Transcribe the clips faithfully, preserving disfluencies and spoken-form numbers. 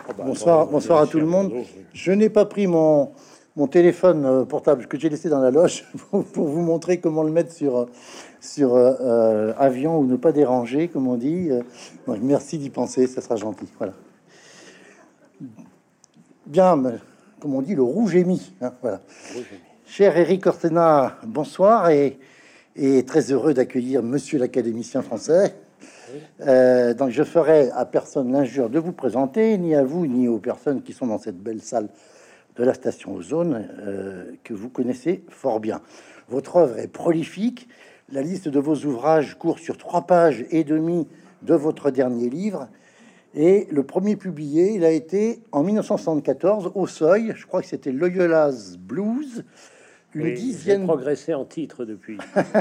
Oh bah, Bonsoir, attendez, bonsoir à merci tout le monde. Bordeaux. Je n'ai pas pris mon, mon téléphone euh, portable que j'ai laissé dans la loge pour, pour vous montrer comment le mettre sur, sur euh, euh, avion ou ne pas déranger, comme on dit. Euh, donc merci d'y penser, ça sera gentil. Voilà. Bien, mais, comme on dit, le rouge est mis. Hein, voilà. Cher Éric Ortena, bonsoir et, et très heureux d'accueillir Monsieur l'académicien français. Euh, donc je ferai à personne l'injure de vous présenter, ni à vous, ni aux personnes qui sont dans cette belle salle de la station Ozone, euh, que vous connaissez fort bien. Votre œuvre est prolifique. La liste de vos ouvrages court sur trois pages et demie de votre dernier livre. Et le premier publié, il a été en mille neuf cent soixante-quatorze au Seuil. Je crois que c'était Loyola's Blues. Une Oui, dizaine j'ai progressé en titre depuis.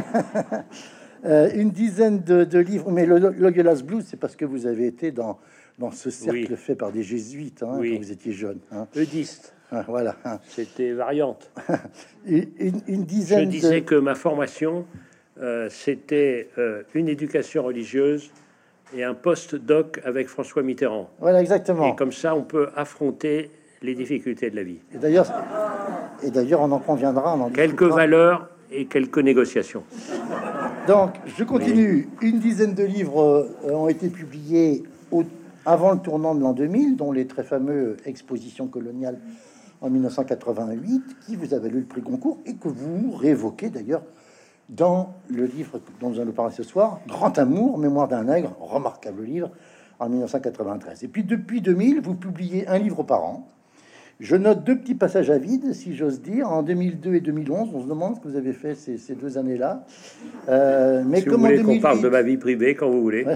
Euh, une dizaine de, de livres, mais le Loyola's Blues, c'est parce que vous avez été dans, dans ce cercle Oui. fait par des jésuites hein, Oui. quand vous étiez jeune. Hein. Eudiste, Ah, voilà. hein. c'était variante. Une, une- une Je dizaine disais de... que ma formation, euh, c'était euh, une éducation religieuse et un post-doc avec François Mitterrand. Voilà, Et exactement. comme ça, on peut affronter les difficultés de la vie. Et d'ailleurs, et d'ailleurs, on en conviendra. On en Quelques discutera. valeurs et quelques négociations. Donc, je continue. Une dizaine de livres euh, ont été publiés au- avant le tournant de l'an deux mille, dont les très fameux Expositions coloniales en mille neuf cent quatre-vingt-huit, qui vous avez lu le prix Goncourt et que vous réévoquez d'ailleurs dans le livre dont nous allons parler ce soir, Grand Amour, Mémoire d'un nègre, remarquable livre, en mille neuf cent quatre-vingt-treize. Et puis depuis deux mille, vous publiez un livre par an. Je note deux petits passages à vide, si j'ose dire. En deux mille deux et deux mille onze, on se demande ce que vous avez fait ces, ces deux années-là. Euh, mais Si vous comme en voulez qu'on parle deux mille huit, de ma vie privée, quand vous voulez.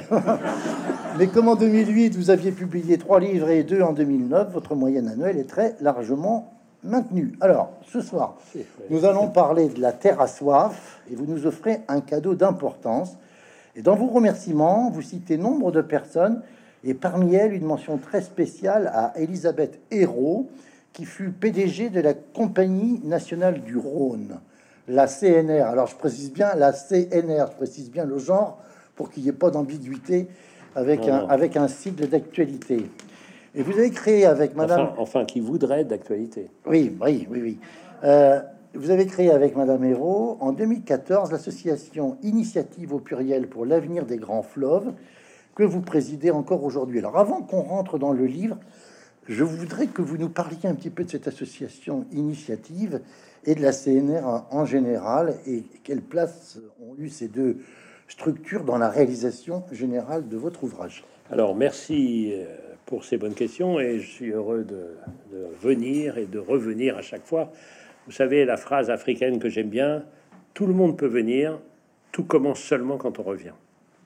mais comme en deux mille huit, vous aviez publié trois livres et deux en deux mille neuf, votre moyenne annuelle est très largement maintenue. Alors, ce soir, nous allons parler de la terre à soif et vous nous offrez un cadeau d'importance. Et dans vos remerciements, vous citez nombre de personnes et parmi elles, une mention très spéciale à Elisabeth Hérault, qui fut P D G de la Compagnie nationale du Rhône, la C N R. Alors, je précise bien la C N R, je précise bien le genre pour qu'il n'y ait pas d'ambiguïté avec, Non, un, non. avec un sigle d'actualité. Et vous avez créé avec Madame... Enfin, enfin, qui voudrait d'actualité. Oui, oui, oui, oui. Euh, vous avez créé avec Madame Hérault, en deux mille quatorze, l'association Initiative au pluriel pour l'avenir des grands fleuves, que vous présidez encore aujourd'hui. Alors, avant qu'on rentre dans le livre, je voudrais que vous nous parliez un petit peu de cette association Initiative et de la C N R en, en général, et quelle place ont eu ces deux structures dans la réalisation générale de votre ouvrage. Alors, merci euh, pour ces bonnes questions et je suis heureux de, de venir et de revenir à chaque fois. Vous savez, la phrase africaine que j'aime bien, tout le monde peut venir, tout commence seulement quand on revient.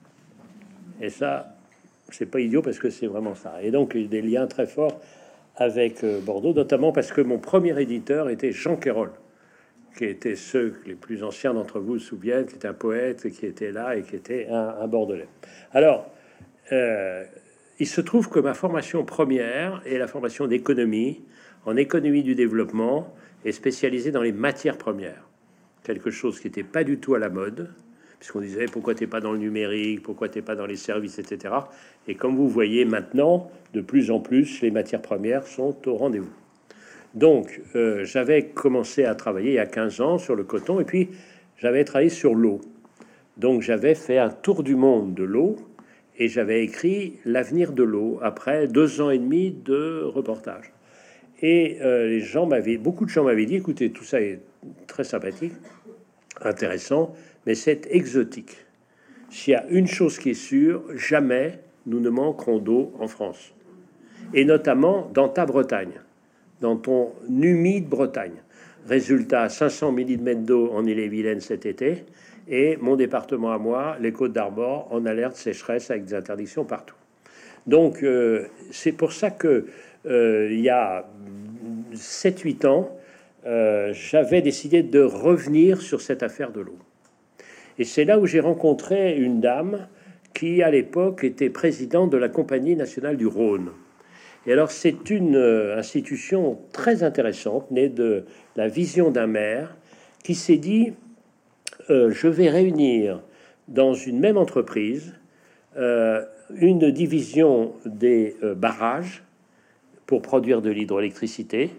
Et ça, c'est pas idiot parce que c'est vraiment ça. Et donc, il y a des liens très forts avec euh, Bordeaux, notamment parce que mon premier éditeur était Jean Quérol, qui était ceux que les plus anciens d'entre vous se souviennent, qui était un poète, qui était là et qui était un, un Bordelais. Alors, euh, il se trouve que ma formation première est la formation d'économie, en économie du développement, et spécialisée dans les matières premières. Quelque chose qui n'était pas du tout à la mode, puisqu'on disait pourquoi t'es pas dans le numérique, pourquoi t'es pas dans les services, et cetera. Et comme vous voyez maintenant, de plus en plus, les matières premières sont au rendez-vous. Donc, euh, j'avais commencé à travailler il y a quinze ans sur le coton, et puis j'avais travaillé sur l'eau. Donc, j'avais fait un tour du monde de l'eau, et j'avais écrit L'avenir de l'eau, après deux ans et demi de reportage. Et euh, les gens m'avaient, beaucoup de gens m'avaient dit, écoutez, tout ça est très sympathique, intéressant, mais c'est exotique. S'il y a une chose qui est sûre, jamais nous ne manquerons d'eau en France. Et notamment dans ta Bretagne, dans ton humide Bretagne. Résultat, cinq cents millimètres d'eau en Ille-et-Vilaine cet été, et mon département à moi, les Côtes d'Armor, en alerte sécheresse avec des interdictions partout. Donc, euh, c'est pour ça que euh, il y a sept huit ans, euh, j'avais décidé de revenir sur cette affaire de l'eau. Et c'est là où j'ai rencontré une dame qui, à l'époque, était présidente de la Compagnie nationale du Rhône. Et alors, c'est une euh, institution très intéressante, née de la vision d'un maire qui s'est dit euh, je vais réunir dans une même entreprise euh, une division des euh, barrages, pour produire de l'hydroélectricité,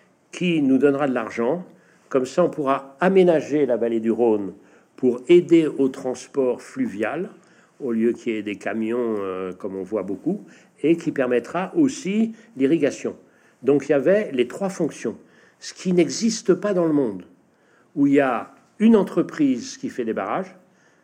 qui nous donnera de l'argent. Comme ça, on pourra aménager la vallée du Rhône pour aider au transport fluvial, au lieu qu'il y ait des camions, euh, comme on voit beaucoup, et qui permettra aussi l'irrigation. Donc il y avait les trois fonctions, ce qui n'existe pas dans le monde, où il y a une entreprise qui fait des barrages,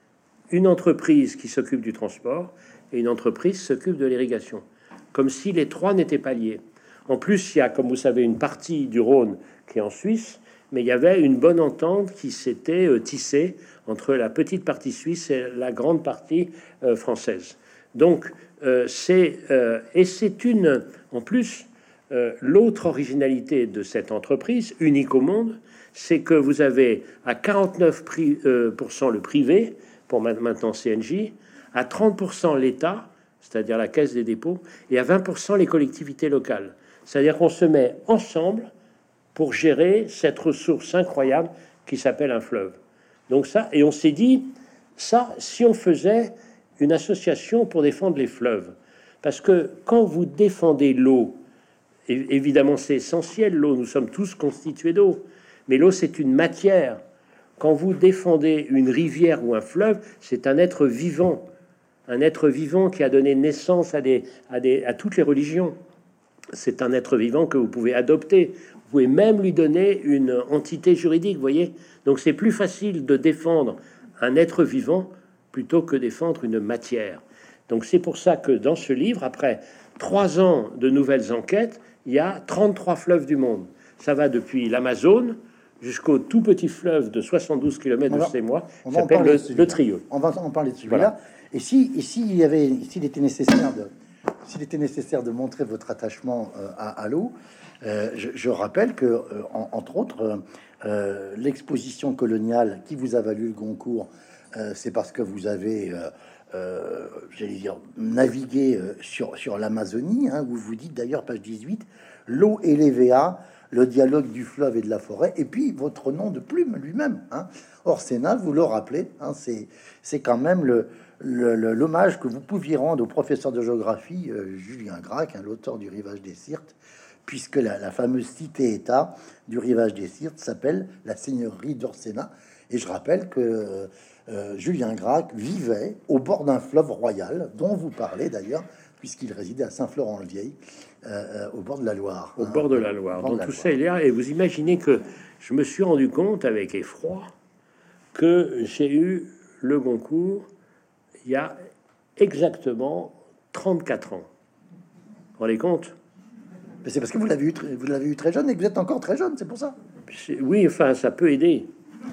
une entreprise qui s'occupe du transport, et une entreprise qui s'occupe de l'irrigation, comme si les trois n'étaient pas liés. En plus, il y a, comme vous savez, une partie du Rhône qui est en Suisse, mais il y avait une bonne entente qui s'était euh, tissée entre la petite partie suisse et la grande partie euh, française. Donc, euh, c'est euh, et c'est une, en plus, euh, l'autre originalité de cette entreprise, unique au monde, c'est que vous avez à quarante-neuf pour cent le privé, pour maintenant C N J, à trente pour cent l'État, c'est-à-dire la Caisse des dépôts, et à vingt pour cent les collectivités locales. C'est-à-dire qu'on se met ensemble pour gérer cette ressource incroyable qui s'appelle un fleuve. Donc ça, et on s'est dit, ça, si on faisait une association pour défendre les fleuves, parce que quand vous défendez l'eau, évidemment c'est essentiel, l'eau, nous sommes tous constitués d'eau, mais l'eau c'est une matière. Quand vous défendez une rivière ou un fleuve, c'est un être vivant, un être vivant qui a donné naissance à, des, à, des, à toutes les religions. C'est un être vivant que vous pouvez adopter. Vous pouvez même lui donner une entité juridique, vous voyez. Donc c'est plus facile de défendre un être vivant plutôt que défendre une matière. Donc c'est pour ça que dans ce livre, après trois ans de nouvelles enquêtes, il y a trente-trois fleuves du monde. Ça va depuis l'Amazone jusqu'au tout petit fleuve de soixante-douze kilomètres de chez moi, qui s'appelle le, le Trio. On va en parler de celui-là. Voilà. Et si, et s'il y avait, s'il était nécessaire de, s'il était nécessaire de montrer votre attachement euh, à, à l'eau, euh, je, je rappelle que, euh, en, entre autres, euh, l'exposition coloniale qui vous a valu le Goncourt, euh, c'est parce que vous avez, euh, euh, j'allais dire, navigué euh, sur, sur l'Amazonie, hein, où vous dites d'ailleurs, page dix-huit, l'eau et les V A, le dialogue du fleuve et de la forêt, et puis votre nom de plume lui-même. Hein. Orsena, vous le rappelez, hein, c'est, c'est quand même le, le, le, l'hommage que vous pouviez rendre au professeur de géographie euh, Julien Gracq, hein, l'auteur du Rivage des Syrtes, puisque la, la fameuse cité-État du Rivage des Syrtes s'appelle la seigneurie d'Orsena. Et je rappelle que euh, Julien Gracq vivait au bord d'un fleuve royal, dont vous parlez d'ailleurs, puisqu'il résidait à Saint-Florent-le-Vieil, euh, au bord de la Loire. Au hein, bord de la Loire. Donc tout Loire. ça, il y a. Et vous imaginez que je me suis rendu compte avec effroi que j'ai eu le Goncourt il y a exactement trente-quatre ans. Vous vous rendez compte? Mais c'est parce que vous l'avez eu, très, vous l'avez eu très jeune et que vous êtes encore très jeune, c'est pour ça. C'est, oui, enfin, ça peut aider.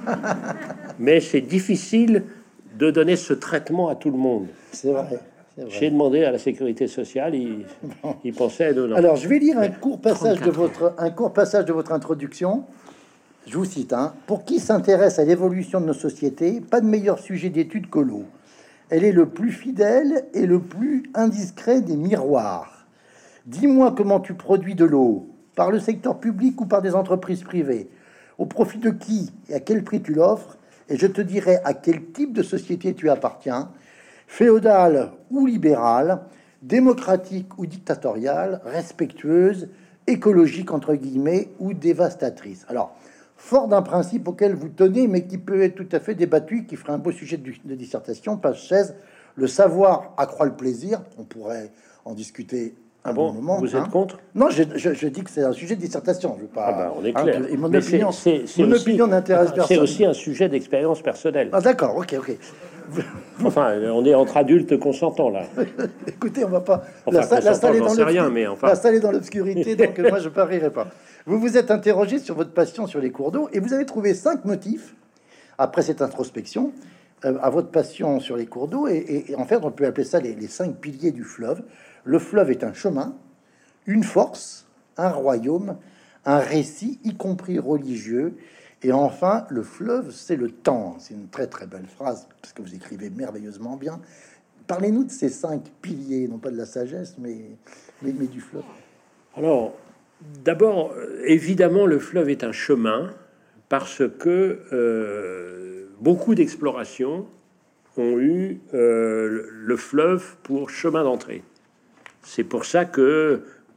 Mais c'est difficile de donner ce traitement à tout le monde. C'est vrai. J'ai demandé à la sécurité sociale, ils, ils pensaient à donner. Alors, je vais lire un court passage de votre, un court passage de votre introduction. Je vous cite, hein. Pour qui s'intéresse à l'évolution de nos sociétés, pas de meilleur sujet d'étude que l'eau. Elle est le plus fidèle et le plus indiscret des miroirs. Dis-moi comment tu produis de l'eau, par le secteur public ou par des entreprises privées, au profit de qui et à quel prix tu l'offres, et je te dirai à quel type de société tu appartiens, féodale ou libérale, démocratique ou dictatoriale, respectueuse, écologique entre guillemets ou dévastatrice. Alors, fort d'un principe auquel vous tenez, mais qui peut être tout à fait débattu, qui ferait un beau sujet de, de dissertation, page seize, le savoir accroît le plaisir. On pourrait en discuter un ah bon, bon moment. Vous hein. êtes contre? Non, je, je, je dis que c'est un sujet de dissertation. Je veux pas. Ah ben, on est clair. Hein, et mon mais opinion, c'est, c'est, mon c'est opinion n'intéresse aussi, personne. C'est aussi un sujet d'expérience personnelle. Ah d'accord, ok, ok. Enfin, on est entre adultes consentants là. Écoutez, on va pas enfin, la, la salle est dans rien, mais enfin, la salle est dans l'obscurité, donc moi je parierai pas. Vous vous êtes interrogé sur votre passion sur les cours d'eau et vous avez trouvé cinq motifs après cette introspection euh, à votre passion sur les cours d'eau et, et, et en fait on peut appeler ça les, les cinq piliers du fleuve. Le fleuve est un chemin, une force, un royaume, un récit, y compris religieux. Et enfin, le fleuve, c'est le temps. C'est une très très belle phrase, parce que vous écrivez merveilleusement bien. Parlez-nous de ces cinq piliers, non pas de la sagesse, mais, mais, mais du fleuve. Alors, d'abord, évidemment, le fleuve est un chemin, parce que euh, beaucoup d'explorations ont eu euh, le fleuve pour chemin d'entrée. C'est pour ça que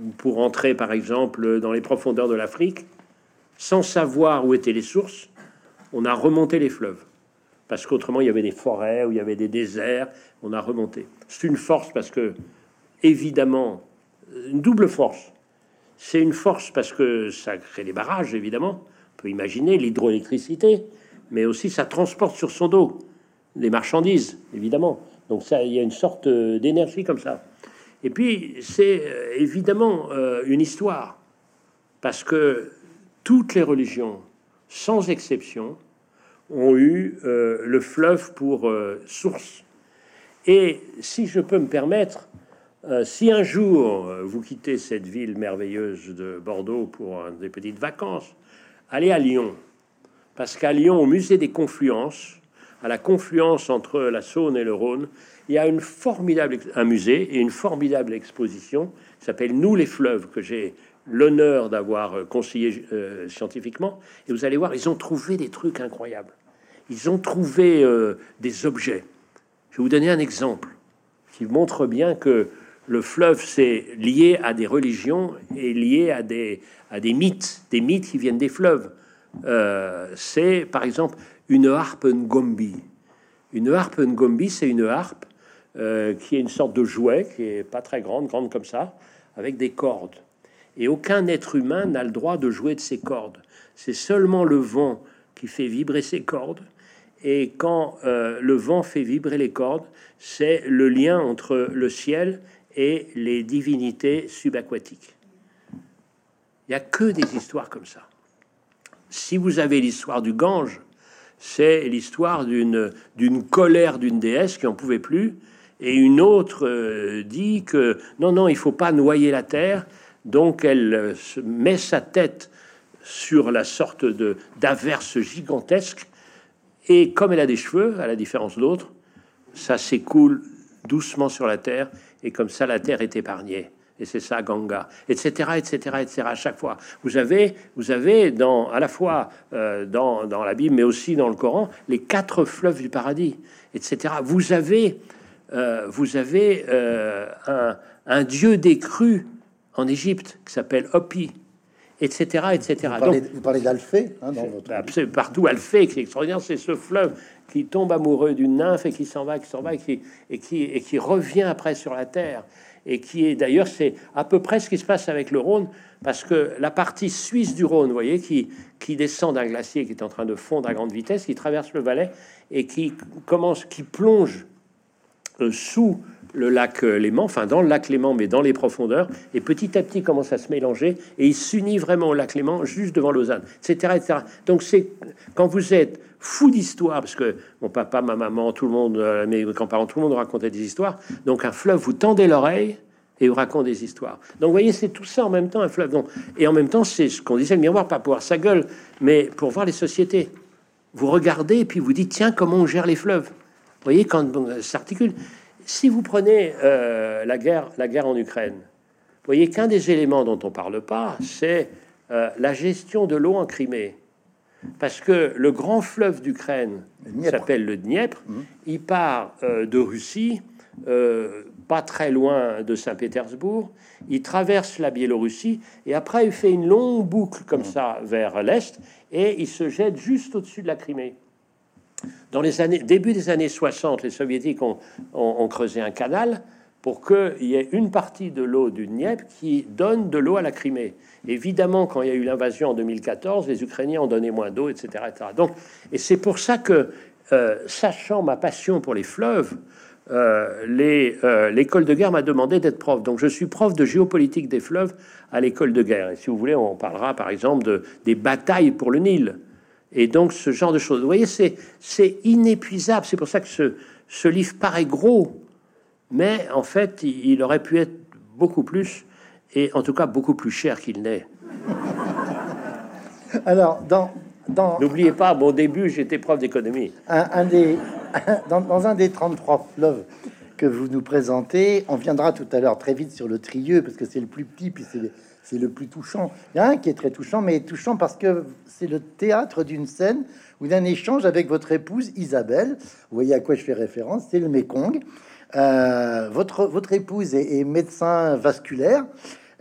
pour entrer, par exemple, dans les profondeurs de l'Afrique, sans savoir où étaient les sources, on a remonté les fleuves. Parce qu'autrement, il y avait des forêts, où il y avait des déserts, on a remonté. C'est une force parce que, évidemment, une double force. C'est une force parce que ça crée des barrages, évidemment. On peut imaginer l'hydroélectricité, mais aussi ça transporte sur son dos des marchandises, évidemment. Donc ça, il y a une sorte d'énergie comme ça. Et puis, c'est évidemment euh, une histoire, parce que toutes les religions, sans exception, ont eu euh, le fleuve pour euh, source. Et si je peux me permettre, euh, si un jour euh, vous quittez cette ville merveilleuse de Bordeaux pour euh, des petites vacances, allez à Lyon, parce qu'à Lyon, au musée des Confluences, à la confluence entre la Saône et le Rhône, il y a une formidable, un musée et une formidable exposition qui s'appelle Nous les fleuves, que j'ai l'honneur d'avoir conseillé euh, scientifiquement. Et vous allez voir, ils ont trouvé des trucs incroyables. Ils ont trouvé euh, des objets. Je vais vous donner un exemple qui montre bien que le fleuve, c'est lié à des religions et lié à des, à des mythes, des mythes qui viennent des fleuves. Euh, c'est, par exemple, une harpe ngombi. Une harpe ngombi, c'est une harpe euh, qui est une sorte de jouet, qui est pas très grande, grande comme ça, avec des cordes. Et aucun être humain n'a le droit de jouer de ces cordes. C'est seulement le vent qui fait vibrer ces cordes. Et quand euh, le vent fait vibrer les cordes, c'est le lien entre le ciel et les divinités subaquatiques. Il n'y a que des histoires comme ça. Si vous avez l'histoire du Gange, c'est l'histoire d'une d'une colère d'une déesse qui en pouvait plus, et une autre euh, dit que non, non, il faut pas noyer la terre, donc elle euh, met sa tête sur la sorte de d'averse gigantesque, et comme elle a des cheveux, à la différence d'autres, ça s'écoule doucement sur la terre, et comme ça la terre est épargnée. Et c'est ça, Ganga, et cetera, et cetera, et cetera. À chaque fois, vous avez, vous avez dans, à la fois euh, dans, dans la Bible, mais aussi dans le Coran, les quatre fleuves du paradis, et cetera. Vous avez, euh, vous avez euh, un, un dieu des crues en Égypte qui s'appelle Hopi, et cetera, et cetera. Vous parlez, Donc, vous parlez d'Alphée, hein, dans votre... bah, partout, Alphée, qui est extraordinaire, c'est ce fleuve qui tombe amoureux d'une nymphe et qui s'en va, qui s'en va, et qui, et qui, et qui revient après sur la terre. Et qui est d'ailleurs, c'est à peu près ce qui se passe avec le Rhône, parce que la partie suisse du Rhône, vous voyez, qui, qui descend d'un glacier qui est en train de fondre à grande vitesse, qui traverse le Valais et qui commence, qui plonge euh, sous le lac Léman, enfin dans le lac Léman, mais dans les profondeurs, et petit à petit commence à se mélanger et il s'unit vraiment au lac Léman juste devant Lausanne, et cetera, et cetera. Donc c'est quand vous êtes fou d'histoire, parce que mon papa, ma maman, tout le monde, euh, mes grands-parents, tout le monde racontait des histoires. Donc un fleuve, vous tendez l'oreille et vous raconte des histoires. Donc vous voyez, c'est tout ça en même temps un fleuve. Donc, et en même temps, c'est ce qu'on disait le miroir, pas pour voir sa gueule, mais pour voir les sociétés. Vous regardez et puis vous dites tiens, comment on gère les fleuves. Vous voyez quand bon, ça s'articule. Si vous prenez euh, la guerre, la guerre en Ukraine, vous voyez qu'un des éléments dont on parle pas, c'est euh, la gestion de l'eau en Crimée. Parce que le grand fleuve d'Ukraine s'appelle le Dniepr, mmh. Il part euh, de Russie, euh, pas très loin de Saint-Pétersbourg, il traverse la Biélorussie, et après il fait une longue boucle comme mmh. ça vers l'est, et il se jette juste au-dessus de la Crimée. Dans les années, début des années soixante, les Soviétiques ont, ont, ont creusé un canal pour qu'il y ait une partie de l'eau du Dniepr qui donne de l'eau à la Crimée. Évidemment, quand il y a eu l'invasion en deux mille quatorze, les Ukrainiens ont donné moins d'eau, et cetera, et cetera. Donc, et c'est pour ça que, euh, sachant ma passion pour les fleuves, euh, les, euh, l'école de guerre m'a demandé d'être prof. Donc, je suis prof de géopolitique des fleuves à l'école de guerre. Et si vous voulez, on parlera par exemple de, des batailles pour le Nil. Et donc, ce genre de choses. Vous voyez, c'est, c'est inépuisable. C'est pour ça que ce, ce livre paraît gros. Mais en fait, il, il aurait pu être beaucoup plus, et en tout cas beaucoup plus cher qu'il n'est. Alors, dans, dans n'oubliez pas, au début, j'étais prof d'économie. Un, un des, dans, dans un des trente-trois fleuves que vous nous présentez, on viendra tout à l'heure très vite sur le Trieux, parce que c'est le plus petit, puis c'est le, c'est le plus touchant. Il y a un qui est très touchant, mais touchant parce que c'est le théâtre d'une scène ou d'un échange avec votre épouse Isabelle. Vous voyez à quoi je fais référence, c'est le Mékong. Euh, votre, votre épouse est, est médecin vasculaire.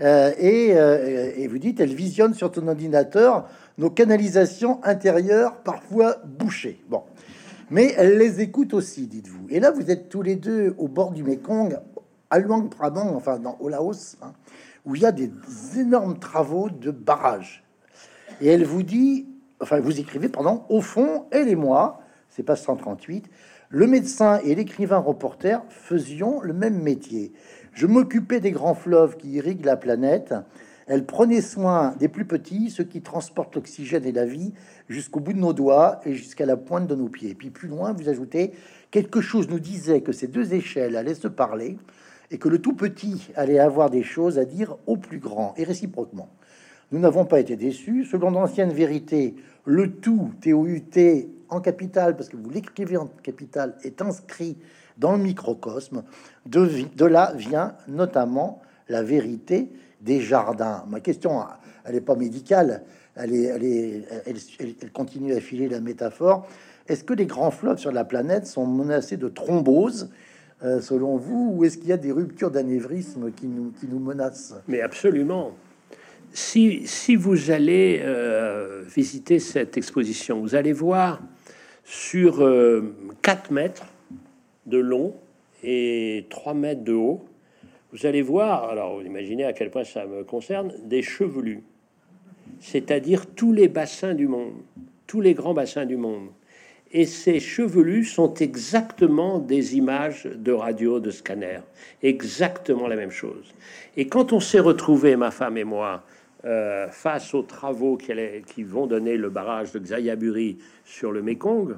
Euh, et, euh, et vous dites, elle visionne sur ton ordinateur nos canalisations intérieures, parfois bouchées. Bon, mais elle les écoute aussi, dites-vous. Et là, vous êtes tous les deux au bord du Mékong, à Luang Prabang, enfin dans, au Laos, hein, où il y a des énormes travaux de barrage. Et elle vous dit, enfin, vous écrivez, pardon, au fond, elle et moi, c'est pas cent trente-huit, le médecin et l'écrivain reporter faisions le même métier. Je m'occupais des grands fleuves qui irriguent la planète. Elle prenait soin des plus petits, ceux qui transportent l'oxygène et la vie jusqu'au bout de nos doigts et jusqu'à la pointe de nos pieds. Et puis plus loin, vous ajoutez, quelque chose nous disait que ces deux échelles allaient se parler et que le tout petit allait avoir des choses à dire au plus grand, et réciproquement. Nous n'avons pas été déçus. Selon d'anciennes vérités, le tout, T O U T, en capitale, parce que vous l'écrivez en capitale, est inscrit dans le microcosme. De, de là vient notamment la vérité des jardins. Ma question, elle n'est pas médicale, elle, est, elle, est, elle, elle, elle continue à filer la métaphore. Est-ce que les grands fleuves sur la planète sont menacés de thrombose, euh, selon vous, ou est-ce qu'il y a des ruptures d'anévrisme qui nous, qui nous menacent? Mais absolument. Si, si vous allez euh, visiter cette exposition, vous allez voir sur euh, quatre mètres de long et trois mètres de haut, vous allez voir, alors vous imaginez à quel point ça me concerne, des chevelus, c'est-à-dire tous les bassins du monde, tous les grands bassins du monde. Et ces chevelus sont exactement des images de radio, de scanner, exactement la même chose. Et quand on s'est retrouvés, ma femme et moi, euh, face aux travaux qui, allaient, qui vont donner le barrage de Xayaburi sur le Mékong,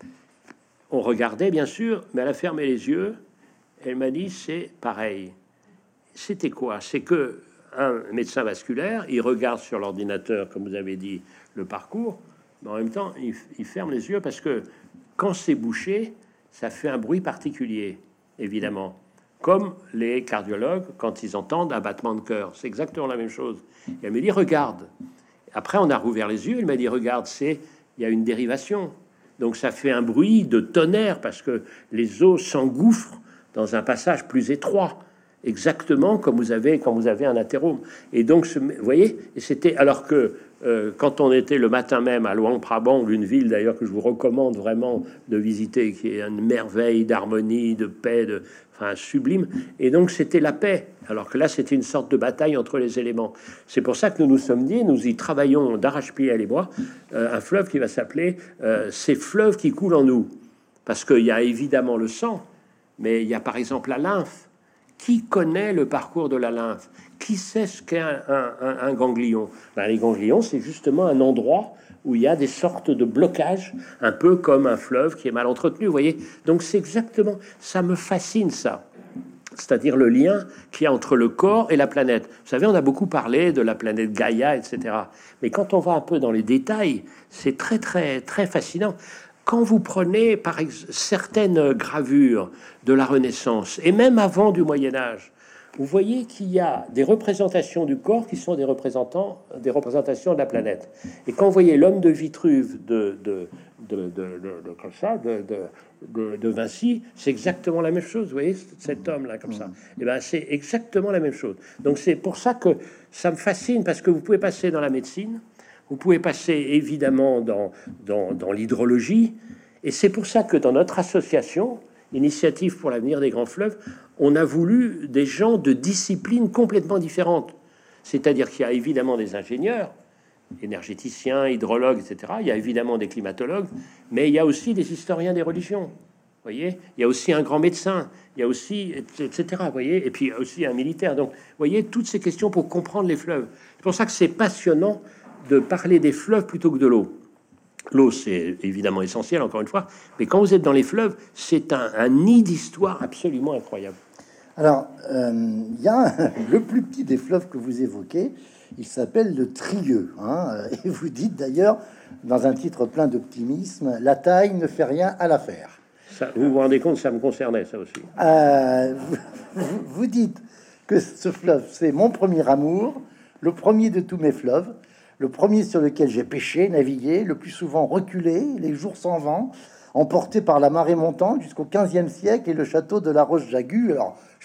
on regardait bien sûr, mais elle a fermé les yeux. Elle m'a dit c'est pareil. C'était quoi? C'est que un médecin vasculaire, il regarde sur l'ordinateur, comme vous avez dit, le parcours, mais en même temps, il, il ferme les yeux parce que quand c'est bouché, ça fait un bruit particulier, évidemment. Comme les cardiologues, quand ils entendent un battement de cœur. C'est exactement la même chose. Et elle me dit, regarde. Après, on a rouvert les yeux. Elle m'a dit, regarde, c'est, il y a une dérivation. Donc, ça fait un bruit de tonnerre parce que les eaux s'engouffrent dans un passage plus étroit. Exactement comme vous avez quand vous avez un athérome. Et donc, ce, vous voyez, et c'était alors que euh, quand on était le matin même à Luang Prabang, une ville d'ailleurs que je vous recommande vraiment de visiter, qui est une merveille d'harmonie, de paix, de, enfin sublime. Et donc, c'était la paix. Alors que là, c'était une sorte de bataille entre les éléments. C'est pour ça que nous nous sommes dit, nous y travaillons d'arrache-pied à les bois, euh, un fleuve qui va s'appeler euh, ces fleuves qui coulent en nous, parce qu'il y a évidemment le sang, mais il y a par exemple la lymphe. Qui connaît le parcours de la lymphe? Qui sait ce qu'est un, un, un, un ganglion? Ben, les ganglions, c'est justement un endroit où il y a des sortes de blocages, un peu comme un fleuve qui est mal entretenu, vous voyez? Donc c'est exactement, ça me fascine ça. C'est-à-dire le lien qu'il y a entre le corps et la planète. Vous savez, on a beaucoup parlé de la planète Gaïa, et cetera. Mais quand on va un peu dans les détails, c'est très, très, très fascinant. Quand vous prenez par exemple certaines gravures de la Renaissance et même avant du Moyen Âge, vous voyez qu'il y a des représentations du corps qui sont des représentants, des représentations de la planète. Et quand vous voyez l'homme de Vitruve de, de, de, de, de, de comme ça, de, de, de, de Vinci, c'est exactement la même chose. Vous voyez cet homme-là comme ça. Et ben c'est exactement la même chose. Donc c'est pour ça que ça me fascine parce que vous pouvez passer dans la médecine. Vous pouvez passer évidemment dans, dans, dans l'hydrologie. Et c'est pour ça que dans notre association, Initiative pour l'avenir des grands fleuves, on a voulu des gens de disciplines complètement différentes. C'est-à-dire qu'il y a évidemment des ingénieurs, énergéticiens, hydrologues, et cetera. Il y a évidemment des climatologues, mais il y a aussi des historiens des religions. Vous voyez, il y a aussi un grand médecin, il y a aussi, et cetera. Vous voyez, et puis il y a aussi un militaire. Donc, vous voyez, toutes ces questions pour comprendre les fleuves. C'est pour ça que c'est passionnant de parler des fleuves plutôt que de l'eau. L'eau, c'est évidemment essentiel, encore une fois, mais quand vous êtes dans les fleuves, c'est un, un nid d'histoire absolument incroyable. Alors, il euh, y a le plus petit des fleuves que vous évoquez, il s'appelle le Trieux, hein, et vous dites d'ailleurs, dans un titre plein d'optimisme, « La taille ne fait rien à l'affaire ». Vous vous rendez compte, ça me concernait, ça aussi. Euh, vous, vous dites que ce fleuve, c'est mon premier amour, le premier de tous mes fleuves, le premier sur lequel j'ai pêché, navigué, le plus souvent reculé, les jours sans vent, emporté par la marée montante jusqu'au quinzième siècle et le château de la Roche-Jagu. Alors, je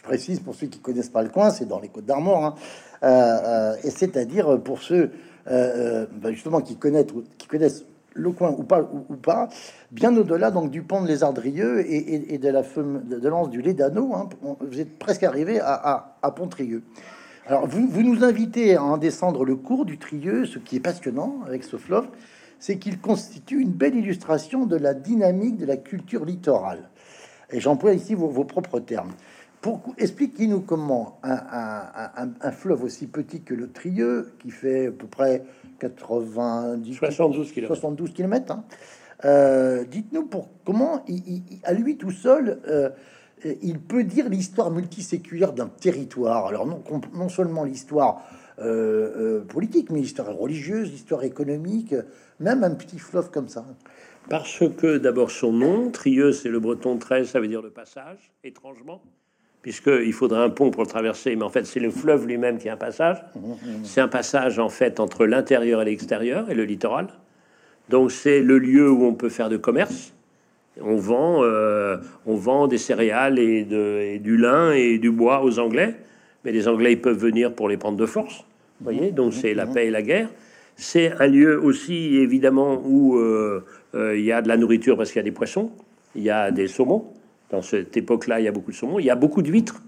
précise pour ceux qui connaissent pas le coin, c'est dans les Côtes d'Armor, hein. euh, euh, et c'est-à-dire pour ceux euh, ben justement qui connaissent, qui connaissent le coin ou pas, ou, ou pas, bien au-delà donc du pont de Lézardrieux et, et, et de la femme de, de l'anse du Lédano, hein, vous êtes presque arrivé à, à, à Pont-Trieux. Alors vous, vous nous invitez à en descendre le cours du Trieux. Ce qui est passionnant avec ce fleuve, c'est qu'il constitue une belle illustration de la dynamique de la culture littorale. Et j'emploie ici vos, vos propres termes. Pour expliquez-nous comment un, un, un, un fleuve aussi petit que le Trieux, qui fait à peu près quatre-vingt-dix, soixante-douze kilomètres, soixante-douze kilomètres, hein, euh, dites-nous pour comment, il, il, à lui tout seul, euh, il peut dire l'histoire multiséculaire d'un territoire. Alors non, non seulement l'histoire euh, euh, politique, mais l'histoire religieuse, l'histoire économique, même un petit fleuve comme ça. Parce que d'abord son nom, Trieux, c'est le breton treize, ça veut dire le passage, étrangement, puisqu'il faudrait un pont pour le traverser, mais en fait c'est le fleuve lui-même qui est un passage. C'est un passage en fait entre l'intérieur et l'extérieur et le littoral. Donc c'est le lieu où on peut faire de commerce. On vend, euh, on vend des céréales et, de, et du lin et du bois aux Anglais, mais les Anglais ils peuvent venir pour les prendre de force. Vous voyez, donc c'est la paix et la guerre. C'est un lieu aussi évidemment où euh, euh, il y a de la nourriture parce qu'il y a des poissons, il y a des saumons. Dans cette époque-là, il y a beaucoup de saumons, il y a beaucoup d'huîtres.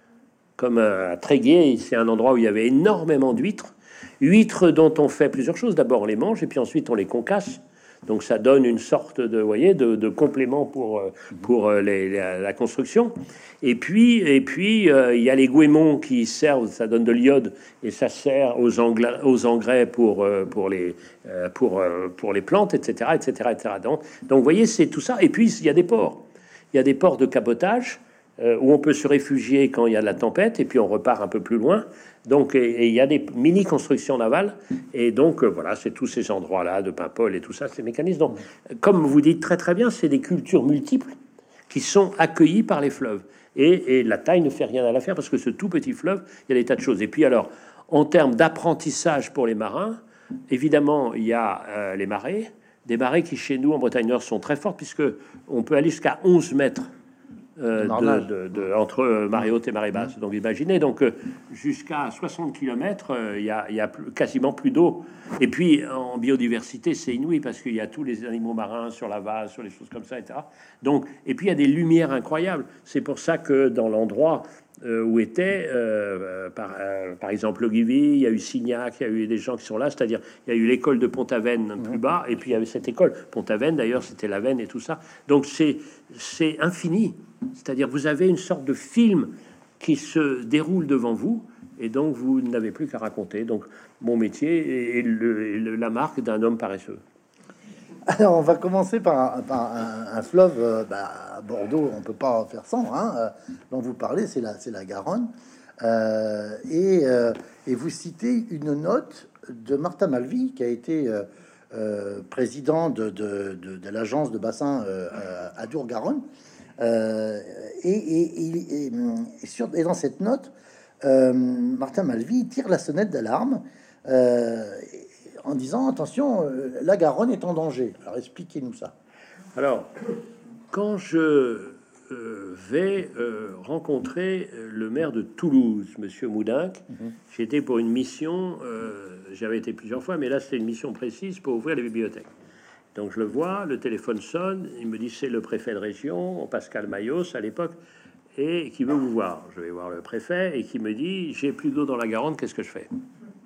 Comme à Tréguier, c'est un endroit où il y avait énormément d'huîtres. Huîtres dont on fait plusieurs choses. D'abord, on les mange et puis ensuite on les concasse. Donc ça donne une sorte de, voyez, de, de complément pour, pour les, la, la construction. Et puis, et puis euh, il y a les goémons qui servent, ça donne de l'iode et ça sert aux engrais, aux engrais pour, pour, les, pour, pour les plantes, et cetera, et cetera, et cetera. Donc, donc, vous voyez, c'est tout ça. Et puis, il y a des ports. Il y a des ports de cabotage euh, où on peut se réfugier quand il y a de la tempête et puis on repart un peu plus loin. Donc, et, et il y a des mini-constructions navales. Et donc, euh, voilà, c'est tous ces endroits-là de Paimpol et tout ça, ces mécanismes. Donc, comme vous dites très très bien, c'est des cultures multiples qui sont accueillies par les fleuves. Et, et la taille ne fait rien à l'affaire parce que ce tout petit fleuve, il y a des tas de choses. Et puis alors, en termes d'apprentissage pour les marins, évidemment, il y a euh, les marées. Des marées qui, chez nous, en Bretagne Nord, sont très fortes puisque on peut aller jusqu'à onze mètres. Euh, de, de, de, entre marée haute et marée basse. Donc imaginez, donc euh, jusqu'à soixante kilomètres, euh, il y a, y a plus, quasiment plus d'eau. Et puis en biodiversité, c'est inouï parce qu'il y a tous les animaux marins sur la vase, sur les choses comme ça, et cetera. Donc, et puis il y a des lumières incroyables. C'est pour ça que dans l'endroit euh, où était, euh, par, euh, par exemple, Ogilvy, il y a eu Signac, il y a eu des gens qui sont là, c'est-à-dire il y a eu l'école de Pont-Aven plus bas, et puis il y avait cette école. Pont-Aven, d'ailleurs, c'était la Veine et tout ça. Donc c'est c'est infini. C'est-à-dire, vous avez une sorte de film qui se déroule devant vous, et donc vous n'avez plus qu'à raconter. Donc, mon métier est, le, est le, la marque d'un homme paresseux. Alors, on va commencer par un, par un, un fleuve. Euh, bah, à Bordeaux, on peut pas faire sans. Hein, euh, dont vous parlez, c'est la, c'est la Garonne. Euh, et, euh, et vous citez une note de Martin Malvy, qui a été euh, euh, président de, de, de, de l'agence de bassin euh, à Dour-Garonne. Euh, et, et, et, et, sur, et dans cette note, euh, Martin Malvy tire la sonnette d'alarme euh, en disant attention, euh, la Garonne est en danger. Alors expliquez-nous ça. Alors, quand je euh, vais euh, rencontrer le maire de Toulouse, Monsieur Moudinque, mm-hmm. J'étais pour une mission, euh, j'avais été plusieurs fois, mais là c'était une mission précise pour ouvrir les bibliothèques. Donc je le vois, le téléphone sonne, il me dit c'est le préfet de région, Pascal Mayos à l'époque, et qui veut vous voir. Je vais voir le préfet et qui me dit j'ai plus d'eau dans la Garonne, qu'est-ce que je fais?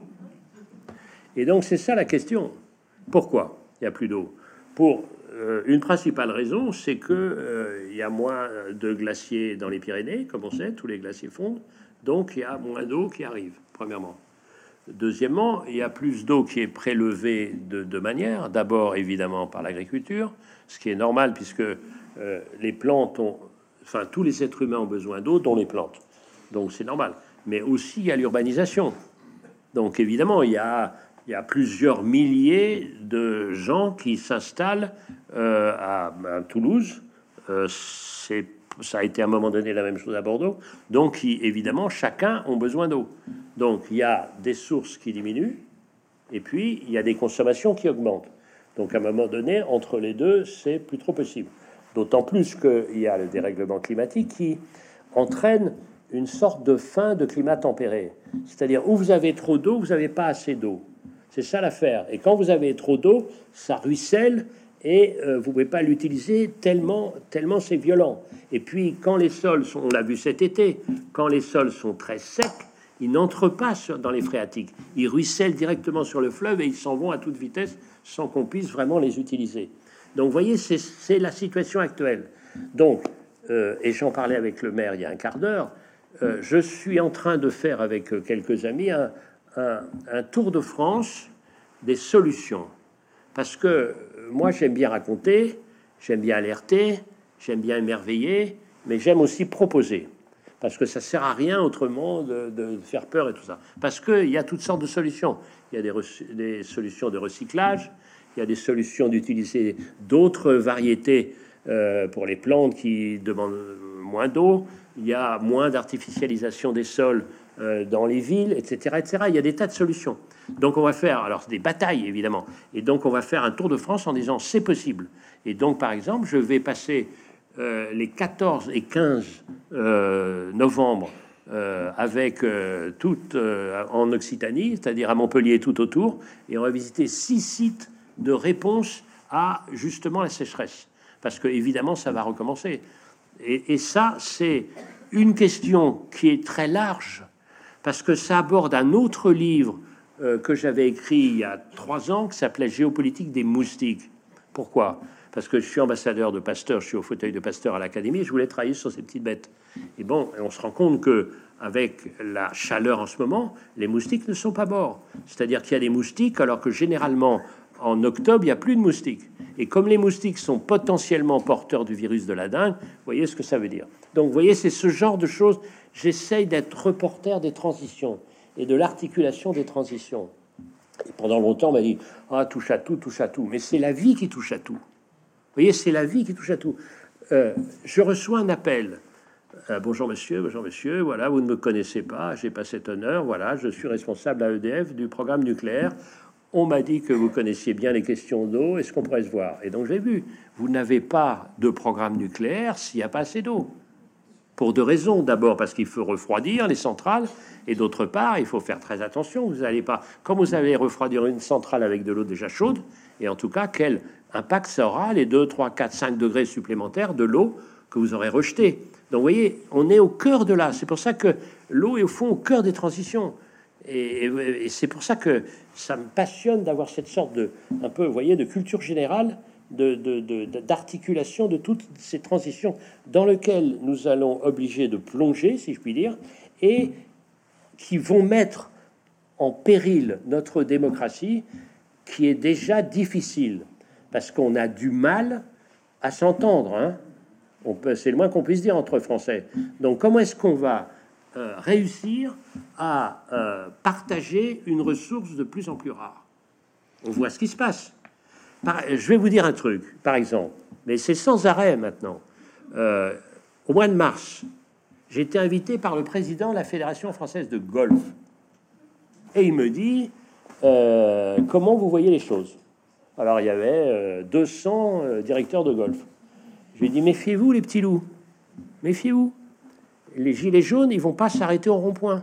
Et donc c'est ça la question. Pourquoi il n'y a plus d'eau? Pour euh, une principale raison, c'est que euh, il y a moins de glaciers dans les Pyrénées, comme on sait, tous les glaciers fondent, donc il y a moins d'eau qui arrive, premièrement. Deuxièmement, il y a plus d'eau qui est prélevée de deux manières. D'abord, évidemment, par l'agriculture, ce qui est normal puisque euh, les plantes ont, enfin, tous les êtres humains ont besoin d'eau, dont les plantes. Donc, c'est normal. Mais aussi, il y a l'urbanisation. Donc, évidemment, il y a, il y a plusieurs milliers de gens qui s'installent euh, à, à Toulouse. Euh, c'est Ça a été à un moment donné la même chose à Bordeaux. Donc, qui, évidemment, chacun a besoin d'eau. Donc, il y a des sources qui diminuent, et puis il y a des consommations qui augmentent. Donc, à un moment donné, entre les deux, c'est plus trop possible. D'autant plus qu'il y a le dérèglement climatique qui entraîne une sorte de fin de climat tempéré. C'est-à-dire, où vous avez trop d'eau, vous n'avez pas assez d'eau. C'est ça l'affaire. Et quand vous avez trop d'eau, ça ruisselle et euh, vous ne pouvez pas l'utiliser tellement, tellement c'est violent. Et puis, quand les sols sont, on l'a vu cet été, quand les sols sont très secs, ils n'entrent pas sur, dans les phréatiques. Ils ruissellent directement sur le fleuve et ils s'en vont à toute vitesse sans qu'on puisse vraiment les utiliser. Donc, vous voyez, c'est la situation actuelle. Donc, euh, et j'en parlais avec le maire il y a un quart d'heure, euh, je suis en train de faire avec quelques amis un, un, un tour de France des solutions. Parce que euh, moi, j'aime bien raconter, j'aime bien alerter, j'aime bien émerveiller, mais j'aime aussi proposer. Parce que ça sert à rien autrement de, de faire peur et tout ça. Parce qu'il y a toutes sortes de solutions. Il y a des, des solutions de recyclage, il y a des solutions d'utiliser d'autres variétés euh, pour les plantes qui demandent moins d'eau. Il y a moins d'artificialisation des sols euh, dans les villes, et cetera, et cetera. Il y a des tas de solutions. Donc on va faire, alors c'est des batailles évidemment, et donc on va faire un tour de France en disant c'est possible. Et donc par exemple, je vais passer euh, les quatorze et quinze euh, novembre euh, avec euh, tout euh, en Occitanie, c'est-à-dire à Montpellier tout autour, et on va visiter six sites de réponse à justement la sécheresse, parce que évidemment ça va recommencer. Et, et ça c'est une question qui est très large, parce que ça aborde un autre livre euh, que j'avais écrit il y a trois ans qui s'appelait Géopolitique des moustiques. Pourquoi? Parce que je suis ambassadeur de Pasteur, je suis au fauteuil de Pasteur à l'Académie, je voulais travailler sur ces petites bêtes. Et bon, on se rend compte que avec la chaleur en ce moment, les moustiques ne sont pas morts. C'est-à-dire qu'il y a des moustiques, alors que généralement, en octobre, il n'y a plus de moustiques. Et comme les moustiques sont potentiellement porteurs du virus de la dengue, vous voyez ce que ça veut dire. Donc, vous voyez, c'est ce genre de choses. J'essaye d'être reporter des transitions et de l'articulation des transitions. Et pendant longtemps, on m'a dit « Ah, touche à tout, touche à tout. » Mais c'est la vie qui touche à tout. Vous voyez, c'est la vie qui touche à tout. Euh, je reçois un appel. Euh, bonjour monsieur, bonjour monsieur, voilà, vous ne me connaissez pas, j'ai pas cet honneur, voilà, je suis responsable à E D F du programme nucléaire. On m'a dit que vous connaissiez bien les questions d'eau, est-ce qu'on pourrait se voir? Et donc j'ai vu, vous n'avez pas de programme nucléaire s'il n'y a pas assez d'eau. Pour deux raisons. D'abord parce qu'il faut refroidir les centrales, et d'autre part, il faut faire très attention. Vous n'allez pas, comme vous allez refroidir une centrale avec de l'eau déjà chaude, et en tout cas, quel impact ça aura, les deux, trois, quatre, cinq degrés supplémentaires de l'eau que vous aurez rejetée. Donc vous voyez, on est au cœur de là. C'est pour ça que l'eau est au fond au cœur des transitions. Et, et, et c'est pour ça que ça me passionne d'avoir cette sorte de, un peu, vous voyez, de culture générale, de, de, de, d'articulation de toutes ces transitions dans lesquelles nous allons obliger de plonger, si je puis dire, et qui vont mettre en péril notre démocratie, qui est déjà difficile, parce qu'on a du mal à s'entendre, hein. On peut, c'est le moins qu'on puisse dire entre Français. Donc, comment est-ce qu'on va euh, réussir à euh, partager une ressource de plus en plus rare? On voit ce qui se passe. Par, je vais vous dire un truc, par exemple, mais c'est sans arrêt maintenant. Euh, au mois de mars, j'ai été invité par le président de la Fédération française de golf, et il me dit euh, comment vous voyez les choses. Alors, il y avait euh, deux cents euh, directeurs de golf. Je lui ai dit, méfiez-vous les petits loups, méfiez-vous. Les gilets jaunes, ils vont pas s'arrêter au rond-point.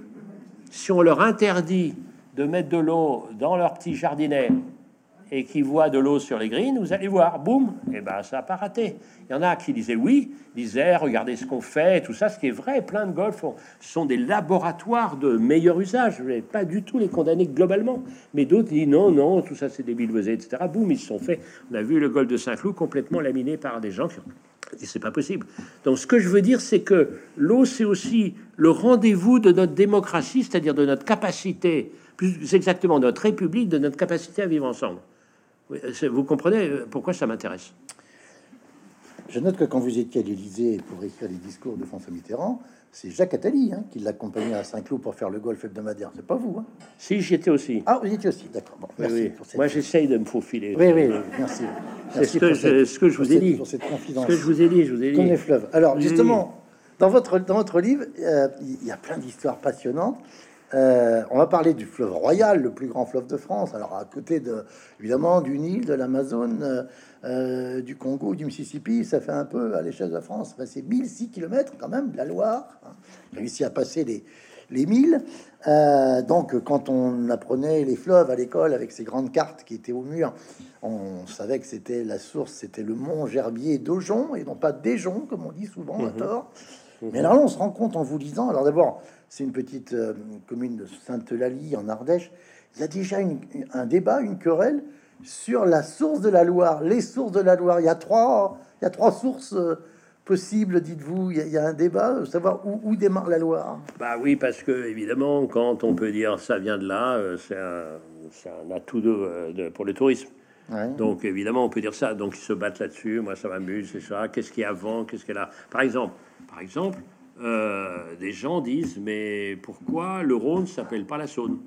Si on leur interdit de mettre de l'eau dans leur petit jardinet et qu'ils voient de l'eau sur les greens, vous allez voir, boum, et ben ça n'a pas raté. Il y en a qui disaient oui, disaient regardez ce qu'on fait, tout ça, ce qui est vrai. Plein de golf sont des laboratoires de meilleur usage. Je ne vais pas du tout les condamner globalement, mais d'autres disent non, non, tout ça c'est des billevesées, et cetera. Boum, ils se sont fait. On a vu le golf de Saint-Cloud complètement laminé par des gens qui ont dit c'est pas possible. Donc ce que je veux dire, c'est que l'eau, c'est aussi le rendez-vous de notre démocratie, c'est-à-dire de notre capacité, plus exactement notre république, de notre capacité à vivre ensemble. Vous comprenez pourquoi ça m'intéresse? Je note que quand vous étiez à l'Élysée pour écrire les discours de François Mitterrand, c'est Jacques Attali hein, qui l'accompagnait à Saint-Cloud pour faire le golf hebdomadaire. C'est pas vous, hein? Si, j'y étais aussi. Ah, vous y étiez aussi, d'accord. Bon, oui, oui. Moi, j'essaye de me faufiler. Oui, oui, merci. C'est ce que, je, ce que je vous ai dit. Pour cette confidence. Ce que je vous ai dit, je vous ai dit. Comme les fleuves. Alors, justement, dans votre, dans votre livre, euh, il y a plein d'histoires passionnantes. Euh, on va parler du fleuve Royal, le plus grand fleuve de France. Alors, à côté de, évidemment, du Nil, de l'Amazone, euh, euh, du Congo, du Mississippi, ça fait un peu à l'échelle de la France. Enfin, c'est mille six kilomètres quand même, de la Loire. Hein. Il a réussi à passer les, les mille. Euh, donc, quand on apprenait les fleuves à l'école avec ces grandes cartes qui étaient au mur, on savait que c'était la source, c'était le mont Gerbier d'Aujon et non pas d'Éjon, comme on dit souvent à tort. Mais alors là, on se rend compte en vous lisant. Alors d'abord, c'est une petite euh, commune de Sainte-Eulalie en Ardèche. Il y a déjà une, un débat, une querelle sur la source de la Loire, les sources de la Loire. Il y a trois, il y a trois sources euh, possibles, dites-vous. Il y, a, il y a un débat, euh, savoir où, où démarre la Loire. Bah oui, parce que évidemment, quand on peut dire ça vient de là, euh, c'est un, c'est un atout de, de, pour le tourisme. Ouais. Donc évidemment, on peut dire ça. Donc ils se battent là-dessus. Moi, ça m'amuse, c'est ça. Qu'est-ce qu'il y a avant? Qu'est-ce qu'il y a là? Par exemple, par exemple. Euh, des gens disent mais pourquoi le Rhône s'appelle pas la Saône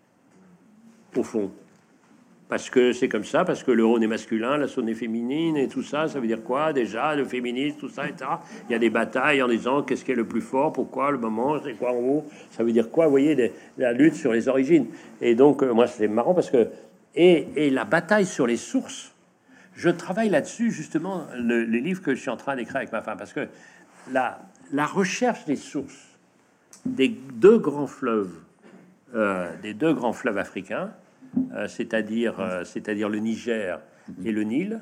au fond? Parce que c'est comme ça, parce que le Rhône est masculin, la Saône est féminine et tout ça. Ça veut dire quoi déjà, le féminisme, tout ça, et cetera. Il y a des batailles en disant qu'est-ce qui est le plus fort, pourquoi, le moment, c'est quoi en haut, ça veut dire quoi, vous voyez, des, la lutte sur les origines. Et donc euh, moi c'est marrant parce que et, et la bataille sur les sources, je travaille là-dessus justement, le, les livres que je suis en train d'écrire avec ma femme, parce que la La recherche des sources des deux grands fleuves, euh, des deux grands fleuves africains, euh, c'est-à-dire, euh, c'est-à-dire le Niger et le Nil,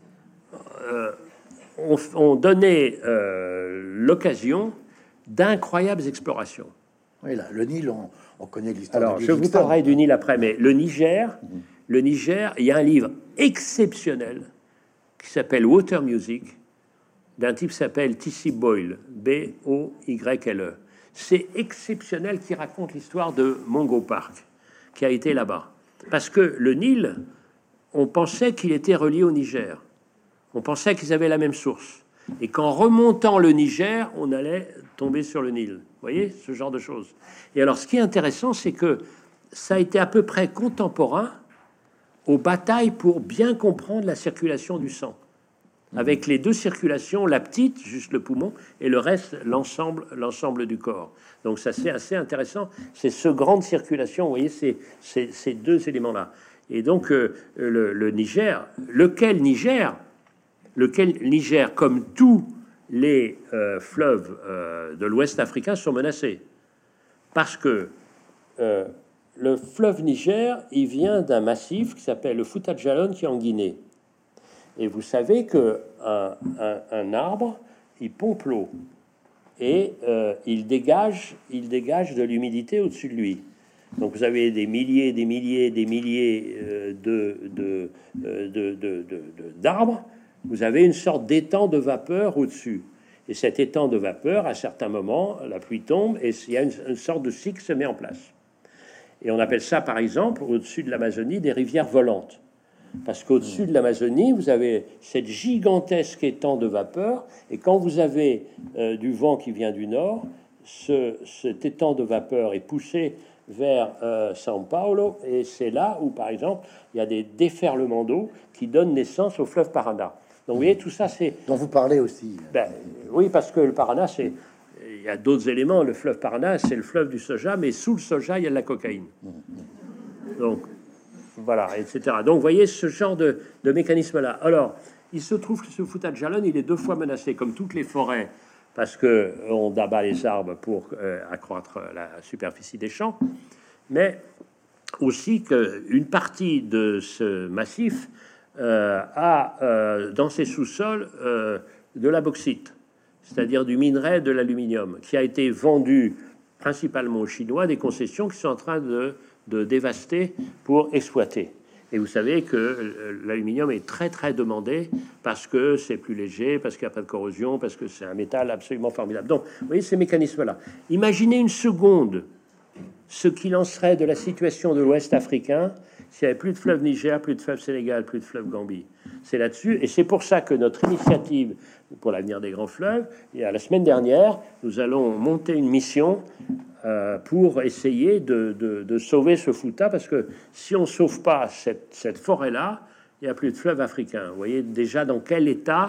euh, ont, ont donné euh, l'occasion d'incroyables explorations. Oui, là, le Nil, on, on connaît l'histoire. Alors, je vous parlerai du Nil après, mais le Niger, mm-hmm. le Niger, il y a un livre exceptionnel qui s'appelle Water Music, d'un type qui s'appelle T C Boyle, B O Y L E. C'est exceptionnel, qui raconte l'histoire de Mungo Park, qui a été là-bas. Parce que le Nil, on pensait qu'il était relié au Niger. On pensait qu'ils avaient la même source. Et qu'en remontant le Niger, on allait tomber sur le Nil. Vous voyez, ce genre de choses. Et alors, ce qui est intéressant, c'est que ça a été à peu près contemporain aux batailles pour bien comprendre la circulation du sang. Avec les deux circulations, la petite, juste le poumon, et le reste, l'ensemble, l'ensemble du corps. Donc ça, c'est assez intéressant. C'est ce grande circulation, vous voyez, c'est, c'est, ces deux éléments-là. Et donc, euh, le, le Niger, lequel Niger, lequel Niger, comme tous les euh, fleuves euh, de l'Ouest africain, sont menacés. Parce que euh, le fleuve Niger, il vient d'un massif qui s'appelle le Fouta Djallon, qui est en Guinée. Et vous savez que un, un, un arbre, il pompe l'eau et euh, il dégage, il dégage de l'humidité au-dessus de lui. Donc vous avez des milliers, des milliers, des milliers euh, de, de, de, de, de, de, d'arbres. Vous avez une sorte d'étang de vapeur au-dessus. Et cet étang de vapeur, à certains moments, la pluie tombe et il y a une, une sorte de cycle qui se met en place. Et on appelle ça, par exemple, au-dessus de l'Amazonie, des rivières volantes. Parce qu'au-dessus de l'Amazonie, vous avez cette gigantesque étang de vapeur, et quand vous avez euh, du vent qui vient du nord, ce, cet étang de vapeur est poussé vers euh, São Paulo, et c'est là où, par exemple, il y a des déferlements d'eau qui donnent naissance au fleuve Paraná. Donc, vous voyez, tout ça, c'est... Dont vous parlez aussi. Ben, oui, parce que le Paraná, c'est... Il y a d'autres éléments. Le fleuve Paraná, c'est le fleuve du soja, mais sous le soja, il y a de la cocaïne. Donc... Voilà, et cetera. Donc, vous voyez ce genre de, de mécanisme-là. Alors, il se trouve que ce Fouta Djallon, il est deux fois menacé, comme toutes les forêts, parce que on abat les arbres pour euh, accroître la superficie des champs, mais aussi qu'une partie de ce massif euh, a euh, dans ses sous-sols euh, de la bauxite, c'est-à-dire du minerai de l'aluminium, qui a été vendu principalement aux Chinois, des concessions qui sont en train de de dévaster pour exploiter. Et vous savez que l'aluminium est très très demandé parce que c'est plus léger, parce qu'il n'y a pas de corrosion, parce que c'est un métal absolument formidable. Donc, vous voyez ces mécanismes-là. Imaginez une seconde ce qu'il en serait de la situation de l'Ouest africain s'il n'y avait plus de fleuve Niger, plus de fleuve Sénégal, plus de fleuve Gambie. C'est là-dessus, et c'est pour ça que notre initiative pour l'avenir des grands fleuves, et à la semaine dernière, nous allons monter une mission Euh, pour essayer de, de, de sauver ce Fouta, parce que si on ne sauve pas cette, cette forêt-là, il n'y a plus de fleuve africain. Vous voyez déjà dans quel état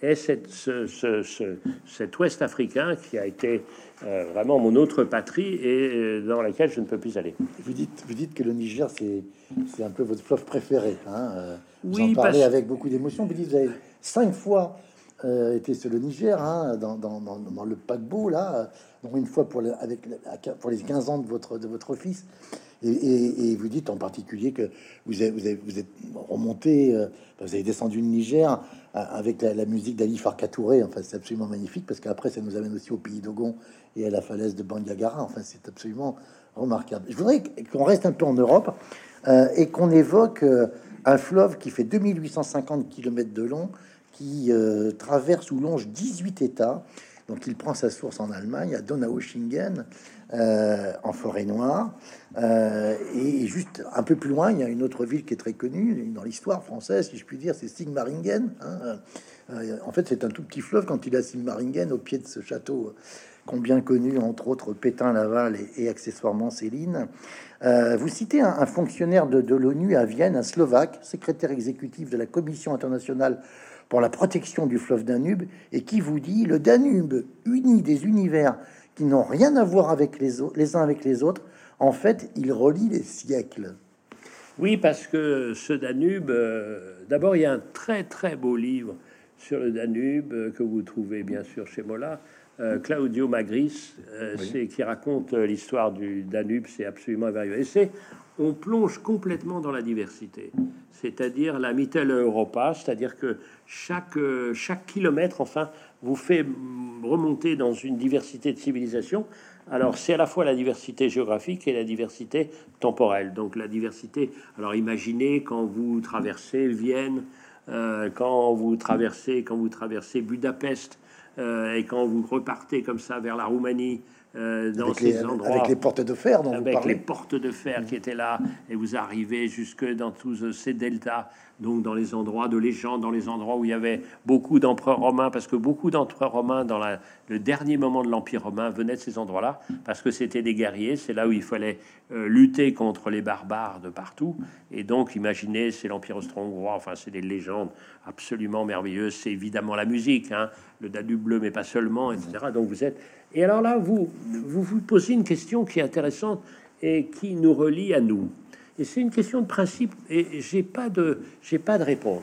est cette, ce, ce, ce, cet Ouest africain qui a été euh, vraiment mon autre patrie et euh, dans laquelle je ne peux plus aller. Vous dites, vous dites que le Niger, c'est, c'est un peu votre fleuve préféré. Hein, euh, vous Oui, en parlez parce... avec beaucoup d'émotion. Vous dites, vous avez cinq fois euh, été sur le Niger, hein, dans, dans, dans, dans le paquebot, là, dont une fois pour, le, avec, pour les quinze ans de votre, de votre fils. Et, et, et vous dites en particulier que vous, avez, vous, avez, vous êtes remonté, euh, vous avez descendu le Niger euh, avec la, la musique d'Ali Farka Touré. Enfin, c'est absolument magnifique parce qu'après, ça nous amène aussi au pays d'Ogon et à la falaise de Bandiagara. Enfin, c'est absolument remarquable. Je voudrais qu'on reste un peu en Europe euh, et qu'on évoque euh, un fleuve qui fait deux mille huit cent cinquante kilomètres de long, qui euh, traverse ou longe dix-huit États. Donc, il prend sa source en Allemagne, à Donaueschingen, euh, en forêt noire. Euh, et juste un peu plus loin, il y a une autre ville qui est très connue dans l'histoire française, si je puis dire, c'est Sigmaringen. Hein. Euh, en fait, c'est un tout petit fleuve quand il est à Sigmaringen, au pied de ce château qu'ont bien connu, entre autres, Pétain, Laval et, et accessoirement Céline. Euh, vous citez un, un fonctionnaire de, de l'ONU à Vienne, un Slovaque, secrétaire exécutif de la Commission internationale pour la protection du fleuve Danube, et qui vous dit: le Danube unit des univers qui n'ont rien à voir avec les, les uns avec les autres. En fait, il relie les siècles. Oui, parce que ce Danube, euh, d'abord, il y a un très très beau livre sur le Danube euh, que vous trouvez bien sûr chez Mola, euh, Claudio Magris, euh, oui. c'est qui raconte euh, l'histoire du Danube. C'est absolument merveilleux. Et c'est on plonge complètement dans la diversité, c'est-à-dire la Mitteleuropa, c'est-à-dire que chaque, chaque kilomètre, enfin, vous fait remonter dans une diversité de civilisations. Alors, c'est à la fois la diversité géographique et la diversité temporelle. Donc, la diversité, alors imaginez quand vous traversez Vienne, euh, quand vous traversez, quand vous traversez Budapest, euh, et quand vous repartez comme ça vers la Roumanie, Euh, dans avec ces les, endroits, avec les portes de fer, dont avec vous parlez. les portes de fer mmh. qui étaient là, et vous arrivez jusque dans tous ces deltas, donc dans les endroits de légende, dans les endroits où il y avait beaucoup d'empereurs romains, parce que beaucoup d'empereurs romains dans la, le dernier moment de l'Empire romain venaient de ces endroits-là, parce que c'était des guerriers, c'est là où il fallait euh, lutter contre les barbares de partout. Et donc, imaginez, c'est l'Empire austro-hongrois, enfin, c'est des légendes absolument merveilleuses. C'est évidemment la musique, hein, le Danube bleu, mais pas seulement, et cetera. Donc, vous êtes... Et alors là, vous, vous vous posez une question qui est intéressante et qui nous relie à nous. Et c'est une question de principe, et j'ai pas de, j'ai pas de réponse.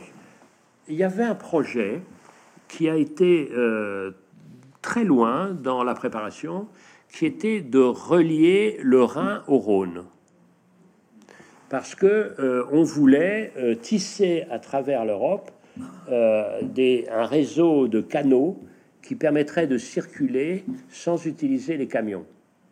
Il y avait un projet qui a été euh, très loin dans la préparation, qui était de relier le Rhin au Rhône, parce que euh, on voulait euh, tisser à travers l'Europe euh, des, un réseau de canaux qui permettrait de circuler sans utiliser les camions.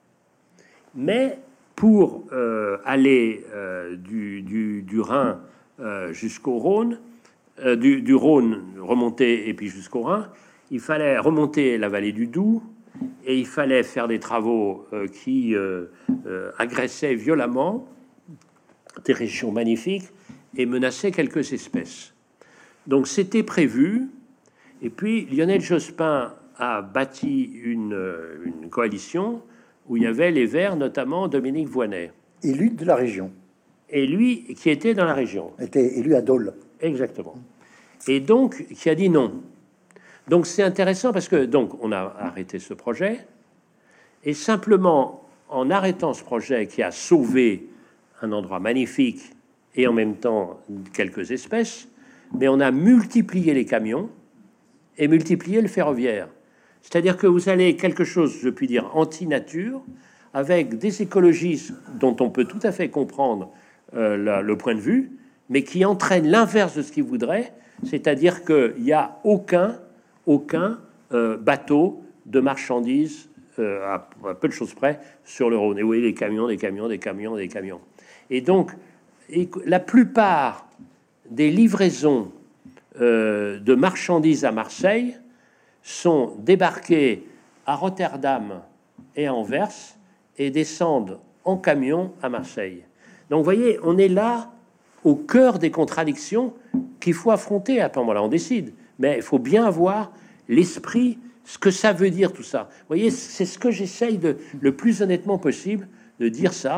Mais pour euh, aller euh, du, du, du Rhin euh, jusqu'au Rhône, euh, du, du Rhône remonter et puis jusqu'au Rhin, il fallait remonter la vallée du Doubs et il fallait faire des travaux euh, qui euh, euh, agressaient violemment des régions magnifiques et menaçaient quelques espèces. Donc c'était prévu. Et puis Lionel Jospin a bâti une, une coalition où il y avait les Verts, notamment Dominique Voynet. Élu de la région. Et lui, qui était dans la région. Était élu à Dole. Exactement. Et donc, qui a dit non. Donc c'est intéressant parce que, donc, on a arrêté ce projet. Et simplement, en arrêtant ce projet qui a sauvé un endroit magnifique et en même temps quelques espèces, mais on a multiplié les camions et multiplier le ferroviaire. C'est-à-dire que vous allez quelque chose, je puis dire, anti-nature, avec des écologistes dont on peut tout à fait comprendre euh, la, le point de vue, mais qui entraînent l'inverse de ce qu'ils voudraient, c'est-à-dire qu'il n'y a aucun, aucun euh, bateau de marchandises, euh, à, à peu de choses près, sur le Rhône. Et vous voyez, des camions, des camions, des camions, des camions. Et donc, et la plupart des livraisons Euh, de marchandises à Marseille sont débarquées à Rotterdam et à Anvers et descendent en camion à Marseille. Donc, vous voyez, on est là au cœur des contradictions qu'il faut affronter. À ce moment-là, on décide, mais il faut bien avoir l'esprit, ce que ça veut dire tout ça. Vous voyez, c'est ce que j'essaye de le plus honnêtement possible de dire ça.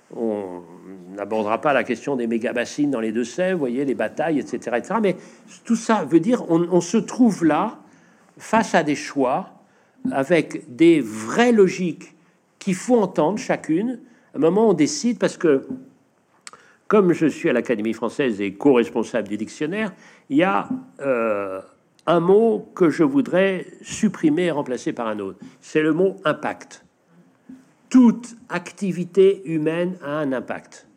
on n'abordera pas la question des méga-bassines dans les Deux-Sèvres, vous voyez, les batailles, et cetera, et cetera. Mais tout ça veut dire on, on se trouve là, face à des choix, avec des vraies logiques qu'il faut entendre chacune. À un moment, on décide, parce que, comme je suis à l'Académie française et co-responsable du dictionnaire, il y a euh, un mot que je voudrais supprimer et remplacer par un autre. C'est le mot « impact ». Toute activité humaine a un impact.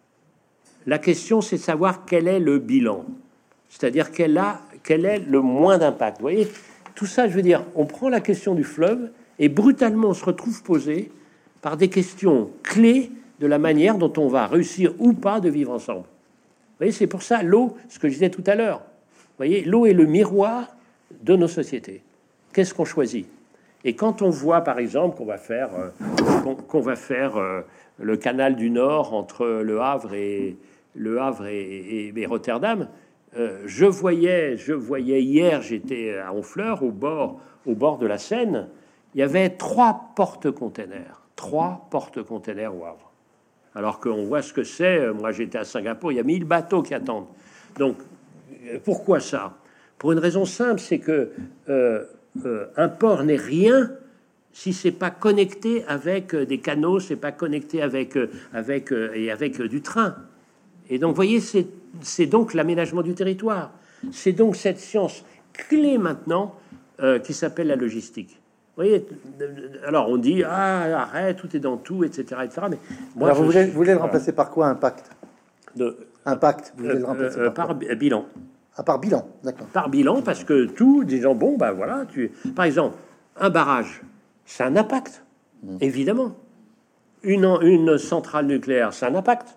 La question, c'est de savoir quel est le bilan, c'est-à-dire quel, a, quel est le moins d'impact. Vous voyez, tout ça, je veux dire, on prend la question du fleuve et brutalement, on se retrouve posé par des questions clés de la manière dont on va réussir ou pas de vivre ensemble. Vous voyez, c'est pour ça, l'eau, ce que je disais tout à l'heure, vous voyez, l'eau est le miroir de nos sociétés. Qu'est-ce qu'on choisit? Et quand on voit, par exemple, qu'on va faire, euh, qu'on, qu'on va faire euh, le canal du Nord entre le Havre et le Havre et, et, et Rotterdam, euh, je voyais, je voyais hier, j'étais à Honfleur, au bord, au bord de la Seine, il y avait trois porte-containers, trois porte-containers au Havre. Alors qu'on voit ce que c'est. Moi, j'étais à Singapour, il y a mille bateaux qui attendent. Donc, pourquoi ça? Pour une raison simple, c'est que euh, Euh, un port n'est rien si c'est pas connecté avec euh, des canaux, c'est pas connecté avec euh, avec euh, et avec euh, du train. Et donc, voyez, c'est c'est donc l'aménagement du territoire. C'est donc cette science clé maintenant euh, qui s'appelle la logistique. Vous voyez, alors on dit ah arrête, tout est dans tout, et cetera, et cetera. Mais moi, alors vous je, voulez, vous voulez le remplacer par quoi, impact? De, Impact. Vous voulez le remplacer euh, par, par, par bilan. Ah, par bilan, d'accord. Par bilan, parce que tout, disant, bon, ben voilà, tu... Par exemple, un barrage, c'est un impact, mmh. évidemment. Une, une centrale nucléaire, c'est un impact.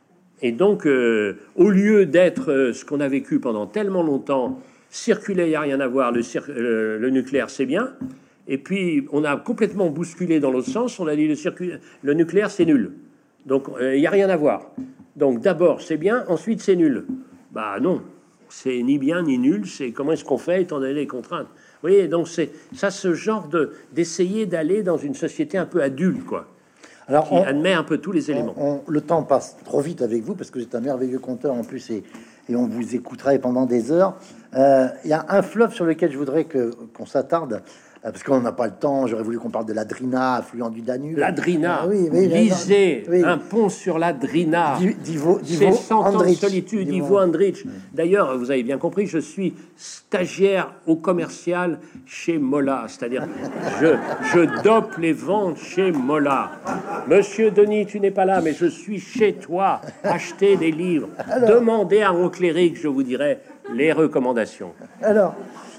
Et donc, euh, au lieu d'être euh, ce qu'on a vécu pendant tellement longtemps, circuler, il n'y a rien à voir, le, le, le nucléaire, c'est bien. Et puis, on a complètement bousculé dans l'autre sens, on a dit le, circuit, le nucléaire, c'est nul. Donc, il euh, n'y a rien à voir. Donc, d'abord, c'est bien, ensuite, c'est nul. Bah non. C'est ni bien ni nul, c'est comment est-ce qu'on fait étant donné les contraintes. Vous voyez, donc c'est ça, ce genre de d'essayer d'aller dans une société un peu adulte, quoi. Alors, qui on, admet un peu tous les éléments. On, on, le temps passe trop vite avec vous parce que vous êtes un merveilleux conteur en plus et, et on vous écouterait pendant des heures. Il euh, y a un fleuve sur lequel je voudrais que qu'on s'attarde. Parce qu'on n'a pas le temps, j'aurais voulu qu'on parle de la Drina, affluent du Danube. La Drina, ah, oui, oui, lisez oui. un pont sur la Drina. Divo, C'est cent ans de solitude, Ivo Andrić. D'ailleurs, vous avez bien compris, je suis stagiaire au commercial chez Mola. C'est-à-dire, je, je dope les ventes chez Mola. Monsieur Denis, tu n'es pas là, mais je suis chez toi. Achetez des livres. Alors, demandez à mon cléric, je vous dirai les recommandations. Alors...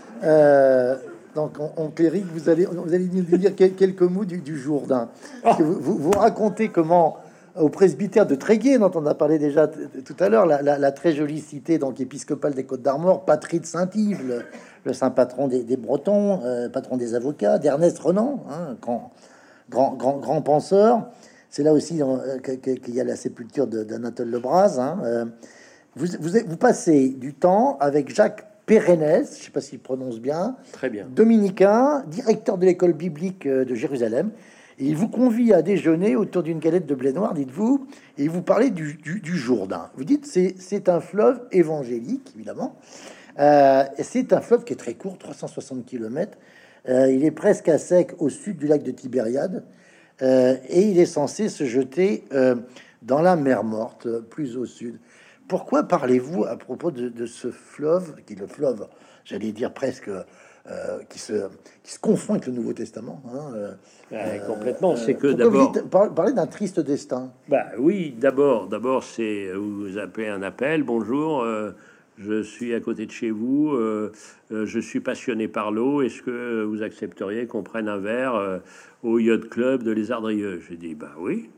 Euh... Donc, on, on cléric, vous allez, vous allez nous dire quelques mots du, du Jourdain. Oh. Vous, vous, vous racontez comment, au presbytère de Tréguier, dont on a parlé déjà tout à l'heure, la, la, la très jolie cité donc épiscopale des Côtes-d'Armor, patrie de Saint-Yves, le, le saint patron des, des Bretons, euh, patron des avocats, d'Ernest Renan, hein, grand, grand, grand, grand penseur. C'est là aussi euh, qu'il y a la sépulture d'Anatole Lebras. Hein. Euh, vous, vous, vous passez du temps avec Jacques Pérennes, je ne sais pas s'il prononce bien, très bien, dominicain, directeur de l'école biblique de Jérusalem. Et il vous convie à déjeuner autour d'une galette de blé noir, dites-vous, et il vous parlait du, du, du Jourdain. Vous dites c'est c'est un fleuve évangélique, évidemment. Euh, et c'est un fleuve qui est très court, trois cent soixante kilomètres. Euh, il est presque à sec au sud du lac de Tibériade, euh, et il est censé se jeter euh, dans la mer Morte, plus au sud. Pourquoi parlez-vous à propos de, de ce fleuve, qui est le fleuve, j'allais dire presque, euh, qui, se, qui se confond avec le Nouveau Testament hein, euh, ouais, complètement. C'est que d'abord vous parlez d'un triste destin. Bah oui, d'abord, d'abord, c'est vous appelez un appel. Bonjour, euh, je suis à côté de chez vous. Euh, euh, je suis passionné par l'eau. Est-ce que vous accepteriez qu'on prenne un verre euh, au yacht club de Les Ardrieux? J'ai dit bah oui.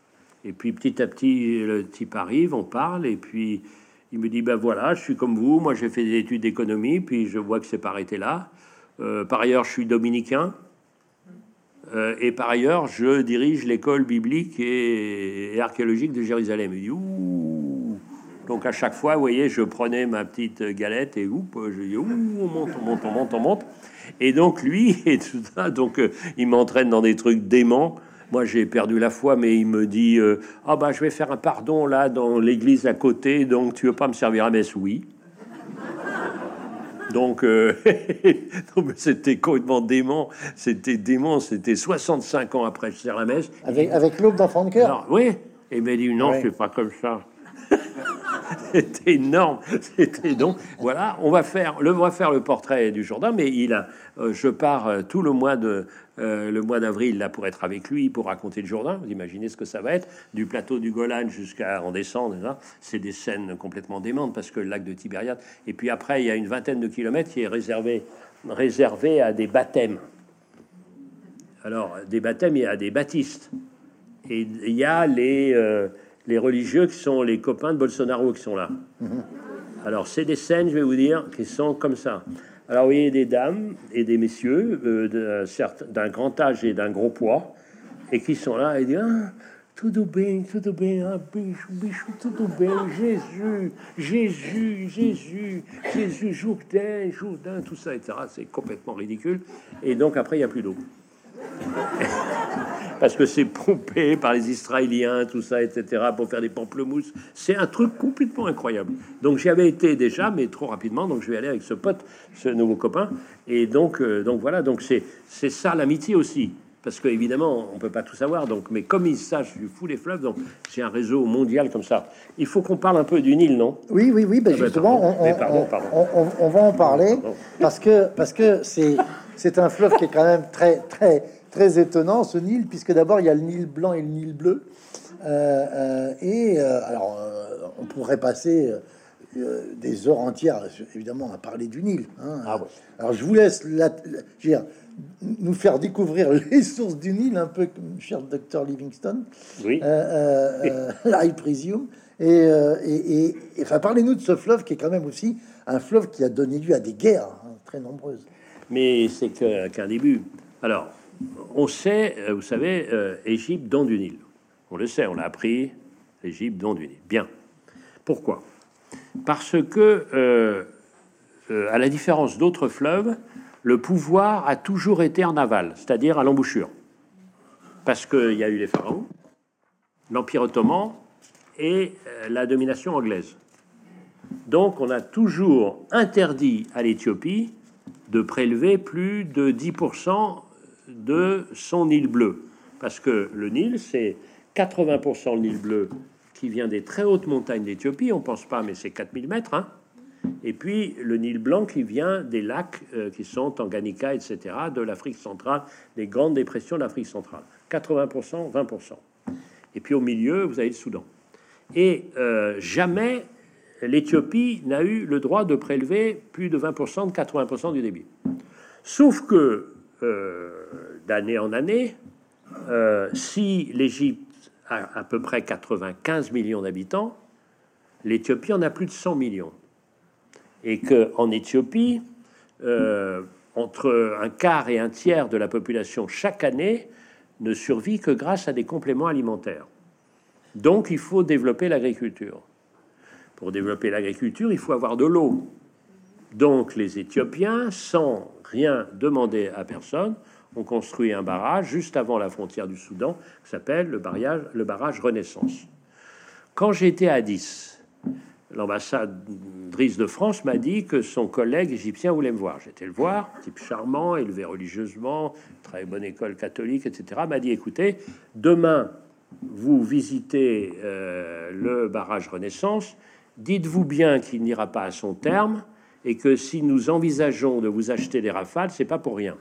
Et puis petit à petit, le type arrive, on parle, et puis il me dit ben voilà, je suis comme vous, moi j'ai fait des études d'économie, puis je vois que c'est pas arrêté là. Euh, par ailleurs, je suis dominicain, euh, et par ailleurs, je dirige l'école biblique et, et archéologique de Jérusalem. Il dit ouh. Donc à chaque fois, vous voyez, je prenais ma petite galette et oup, je dis ouh, on monte, on monte, on monte, on monte. Et donc lui et tout ça, donc euh, il m'entraîne dans des trucs déments. moi j'ai perdu la foi, mais il me dit euh, ah bah je vais faire un pardon là dans l'église à côté, donc tu veux pas me servir à messe? Oui. Donc, euh, c'était complètement dément. C'était dément. C'était soixante-cinq ans après, je sers la messe. Avec, avec l'aube d'enfant de cœur. Oui. Et il m'a dit non, ouais. C'est pas comme ça. C'était énorme. C'était donc voilà, on va faire le on va faire le portrait du Jourdain, mais il a, euh, je pars euh, tout le mois de euh, le mois d'avril là pour être avec lui pour raconter le Jourdain. Vous imaginez ce que ça va être du plateau du Golan jusqu'à en descendre. C'est des scènes complètement démentes parce que le lac de Tibériade. Et puis après, il y a une vingtaine de kilomètres qui est réservé réservé à des baptêmes. Alors des baptêmes, il y a des baptistes et il y a les euh, les religieux qui sont les copains de Bolsonaro qui sont là. Alors, c'est des scènes, je vais vous dire, qui sont comme ça. Alors, vous voyez des dames et des messieurs, euh, de, certes, d'un grand âge et d'un gros poids, et qui sont là et disent ah, tudo bem, tudo bem, ah, bicho, bicho, tudo bem, Jésus, Jésus, Jésus, Jésus, Jourdain, Jourdain, tout ça, et cetera. C'est complètement ridicule. Et donc, après, il n'y a plus d'eau. Parce que c'est pompé par les Israéliens, tout ça, et cetera, pour faire des pamplemousses. C'est un truc complètement incroyable. Donc j'y avais été déjà, mais trop rapidement. Donc je vais aller avec ce pote, ce nouveau copain. Et donc, euh, donc voilà. Donc c'est c'est ça l'amitié aussi, parce que évidemment on peut pas tout savoir. Donc, mais comme ils sachent, je fous les fleuves. Donc j'ai un réseau mondial comme ça. Il faut qu'on parle un peu du Nil, non? Oui, oui, oui. Ben justement, on, on, pardon, pardon. On, on, on va en parler pardon. parce que parce que c'est c'est un fleuve qui est quand même très très très étonnant, ce Nil, puisque d'abord il y a le Nil blanc et le Nil bleu, euh, euh, et euh, alors euh, on pourrait passer euh, des heures entières, évidemment, à parler du Nil. Hein. Ah ouais. Alors je vous laisse la, la, je veux dire, nous faire découvrir les sources du Nil, un peu comme cher docteur Livingstone, oui. euh, euh, euh, I presume, et, euh, et, et, et enfin parlez-nous de ce fleuve qui est quand même aussi un fleuve qui a donné lieu à des guerres hein, très nombreuses. Mais c'est que, qu'un début. Alors. On sait, vous savez, euh, Égypte, don du Nil. On le sait, on l'a appris, l'Égypte, don du Nil. Bien. Pourquoi? Parce que, euh, euh, à la différence d'autres fleuves, le pouvoir a toujours été en aval, c'est-à-dire à, à l'embouchure. Parce qu'il y a eu les pharaons, l'Empire ottoman et euh, la domination anglaise. Donc, on a toujours interdit à l'Éthiopie de prélever plus de dix pour cent de son Nil bleu, parce que le Nil, c'est quatre-vingts pour cent le Nil bleu qui vient des très hautes montagnes d'Éthiopie, on pense pas, mais c'est quatre mille mètres, hein. Et puis le Nil blanc qui vient des lacs euh, qui sont Tanganyika, et cetera, de l'Afrique centrale, des grandes dépressions de l'Afrique centrale, quatre-vingts pour cent, vingt pour cent. Et puis au milieu, vous avez le Soudan. Et euh, jamais l'Éthiopie n'a eu le droit de prélever plus de vingt pour cent de quatre-vingts pour cent du débit. Sauf que Euh, d'année en année, euh, si l'Égypte a à peu près quatre-vingt-quinze millions d'habitants, l'Éthiopie en a plus de cent millions. Et qu'en Éthiopie, euh, entre un quart et un tiers de la population chaque année ne survit que grâce à des compléments alimentaires. Donc il faut développer l'agriculture. Pour développer l'agriculture, il faut avoir de l'eau. Donc les Éthiopiens, sans rien demander à personne, ont construit un barrage juste avant la frontière du Soudan qui s'appelle le barrage, le barrage Renaissance. Quand j'étais à Addis, l'ambassadrice de France m'a dit que son collègue égyptien voulait me voir. J'étais le voir, type charmant, élevé religieusement, très bonne école catholique, et cetera. M'a dit, écoutez, demain, vous visitez euh, le barrage Renaissance, dites-vous bien qu'il n'ira pas à son terme, et que si nous envisageons de vous acheter des Rafales, c'est pas pour rien.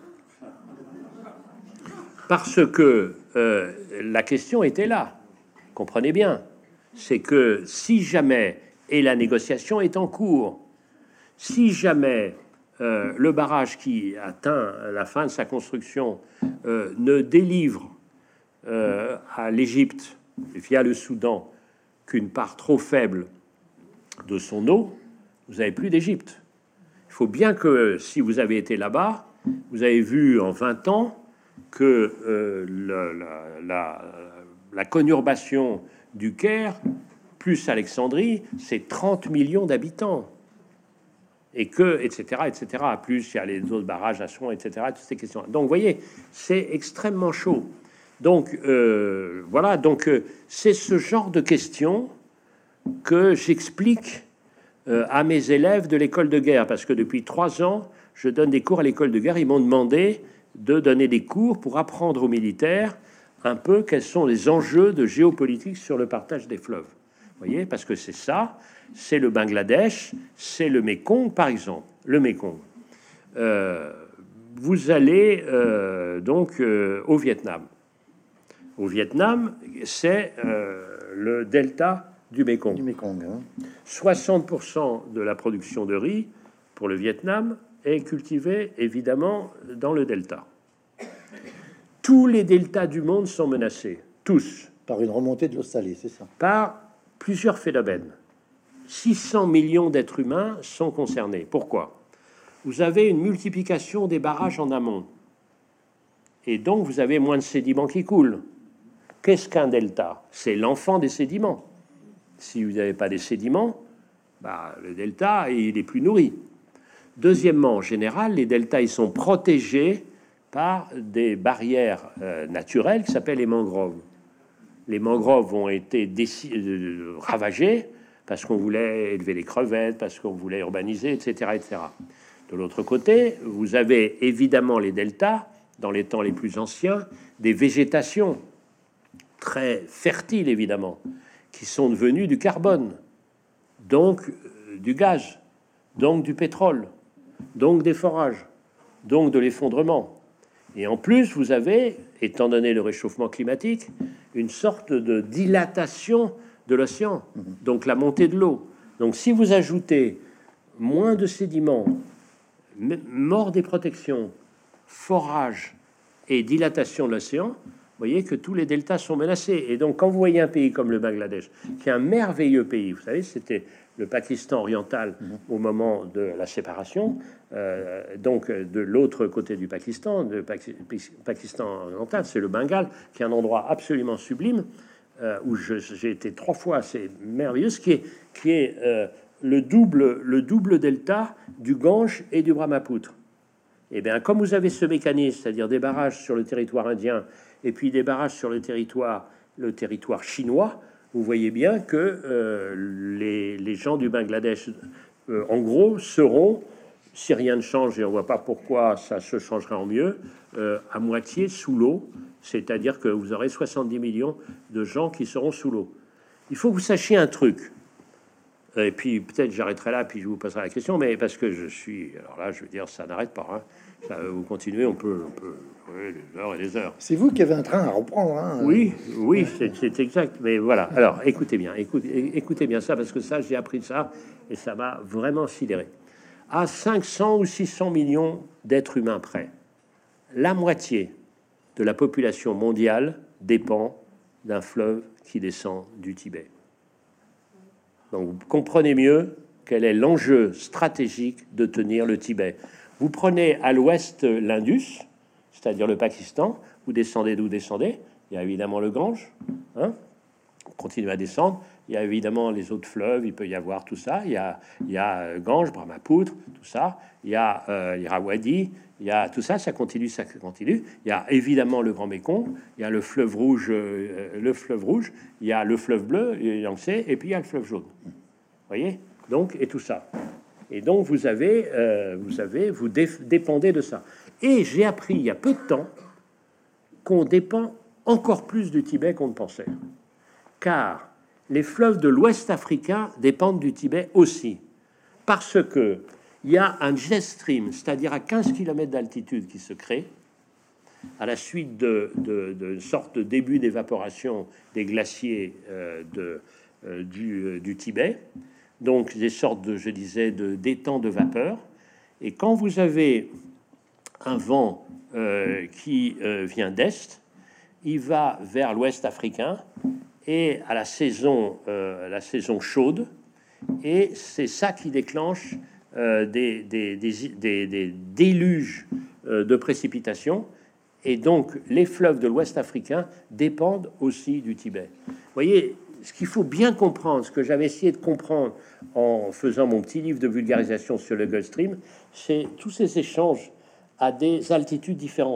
Parce que euh, la question était là. Comprenez bien. C'est que si jamais, et la négociation est en cours, si jamais euh, le barrage qui atteint la fin de sa construction euh, ne délivre euh, à l'Égypte, via le Soudan, qu'une part trop faible de son eau, vous n'avez plus d'Égypte. Il faut bien que, si vous avez été là-bas, vous avez vu en vingt ans que euh, la, la, la, la conurbation du Caire, plus Alexandrie, c'est trente millions d'habitants. Et que, et cetera, et cetera. Plus, il y a les autres barrages à Assouan, et cetera, toutes ces questions. Donc, vous voyez, c'est extrêmement chaud. Donc, euh, voilà, donc euh, c'est ce genre de questions que j'explique euh, à mes élèves de l'école de guerre, parce que depuis trois ans, je donne des cours à l'école de guerre. Ils m'ont demandé de donner des cours pour apprendre aux militaires un peu quels sont les enjeux de géopolitique sur le partage des fleuves. Vous voyez, parce que c'est ça, c'est le Bangladesh, c'est le Mékong, par exemple, le Mékong. Euh, vous allez euh, donc euh, au Vietnam. Au Vietnam, c'est euh, le delta du Mékong. Du Mékong, hein. soixante pour cent de la production de riz pour le Vietnam est cultivée évidemment dans le delta. Tous les deltas du monde sont menacés, tous. Par une remontée de l'eau salée, c'est ça? Par plusieurs phénomènes. six cents millions d'êtres humains sont concernés. Pourquoi? Vous avez une multiplication des barrages en amont. Et donc, vous avez moins de sédiments qui coulent. Qu'est-ce qu'un delta? C'est l'enfant des sédiments. Si vous n'avez pas des sédiments, bah, le delta, il est plus nourri. Deuxièmement, en général, les deltas, ils sont protégés par des barrières euh, naturelles qui s'appellent les mangroves. Les mangroves ont été déci- euh, ravagées parce qu'on voulait élever les crevettes, parce qu'on voulait urbaniser, et cetera, et cetera. De l'autre côté, vous avez évidemment les deltas, dans les temps les plus anciens, des végétations très fertiles, évidemment, qui sont devenues du carbone, donc euh, du gaz, donc du pétrole, donc des forages, donc de l'effondrement. Et en plus, vous avez, étant donné le réchauffement climatique, une sorte de dilatation de l'océan, donc la montée de l'eau. Donc si vous ajoutez moins de sédiments, mort des protections, forage et dilatation de l'océan, vous voyez que tous les deltas sont menacés. Et donc quand vous voyez un pays comme le Bangladesh, qui est un merveilleux pays, vous savez, c'était le Pakistan oriental au moment de la séparation, euh, donc de l'autre côté du Pakistan, le Pakistan oriental, c'est le Bengale, qui est un endroit absolument sublime, euh, où je, j'ai été trois fois, c'est merveilleux, ce qui est, qui est euh, le, double, le double delta du Gange et du Brahmaputra. Et bien, comme vous avez ce mécanisme, c'est-à-dire des barrages sur le territoire indien et puis des barrages sur le territoire, le territoire chinois, vous voyez bien que euh, les, les gens du Bangladesh, euh, en gros, seront, si rien ne change, et on ne voit pas pourquoi ça se changerait en mieux, euh, à moitié sous l'eau, c'est-à-dire que vous aurez soixante-dix millions de gens qui seront sous l'eau. Il faut que vous sachiez un truc, et puis peut-être j'arrêterai là, puis je vous poserai la question, mais parce que je suis... Alors là, je veux dire, ça n'arrête pas, hein. Ça, vous continuez, on peut, on peut oui, les heures et les heures. C'est vous qui avez un train à reprendre, hein. Oui, oui, c'est, c'est exact. Mais voilà. Alors, écoutez bien, écoutez, écoutez bien ça, parce que ça, j'ai appris ça, et ça m'a vraiment sidéré. À cinq cents ou six cents millions d'êtres humains près, la moitié de la population mondiale dépend d'un fleuve qui descend du Tibet. Donc, vous comprenez mieux quel est l'enjeu stratégique de tenir le Tibet. Vous prenez à l'ouest l'Indus, c'est-à-dire le Pakistan, vous descendez d'où descendez, il y a évidemment le Gange, hein, continuez à descendre, il y a évidemment les autres fleuves, il peut y avoir tout ça, il y a, il y a Gange, Brahmaputra, tout ça, il y a euh, Irrawaddy, il y a tout ça, ça continue, ça continue, il y a évidemment le Grand Mékong, il y a le fleuve rouge, euh, le fleuve rouge, il y a le fleuve bleu, le Yangtze, et puis il y a le fleuve jaune. Vous voyez, donc, et tout ça. Et donc, vous avez, euh, vous avez, vous dé- dépendez de ça. Et j'ai appris il y a peu de temps qu'on dépend encore plus du Tibet qu'on ne pensait. Car les fleuves de l'Ouest africain dépendent du Tibet aussi. Parce que il y a un jet stream, c'est-à-dire à quinze kilomètres d'altitude qui se crée à la suite de, de, de sorte de début d'évaporation des glaciers euh, de, euh, du, euh, du Tibet. Donc des sortes de, je disais, de d'étangs de vapeur. Et quand vous avez un vent euh, qui euh, vient d'est, il va vers l'Ouest africain et à la saison, euh, la saison chaude, et c'est ça qui déclenche euh, des, des, des, des, des déluges euh, de précipitations. Et donc les fleuves de l'Ouest africain dépendent aussi du Tibet. Vous voyez, ce qu'il faut bien comprendre, ce que j'avais essayé de comprendre en faisant mon petit livre de vulgarisation sur le Gulf Stream, c'est tous ces échanges à des altitudes différentes.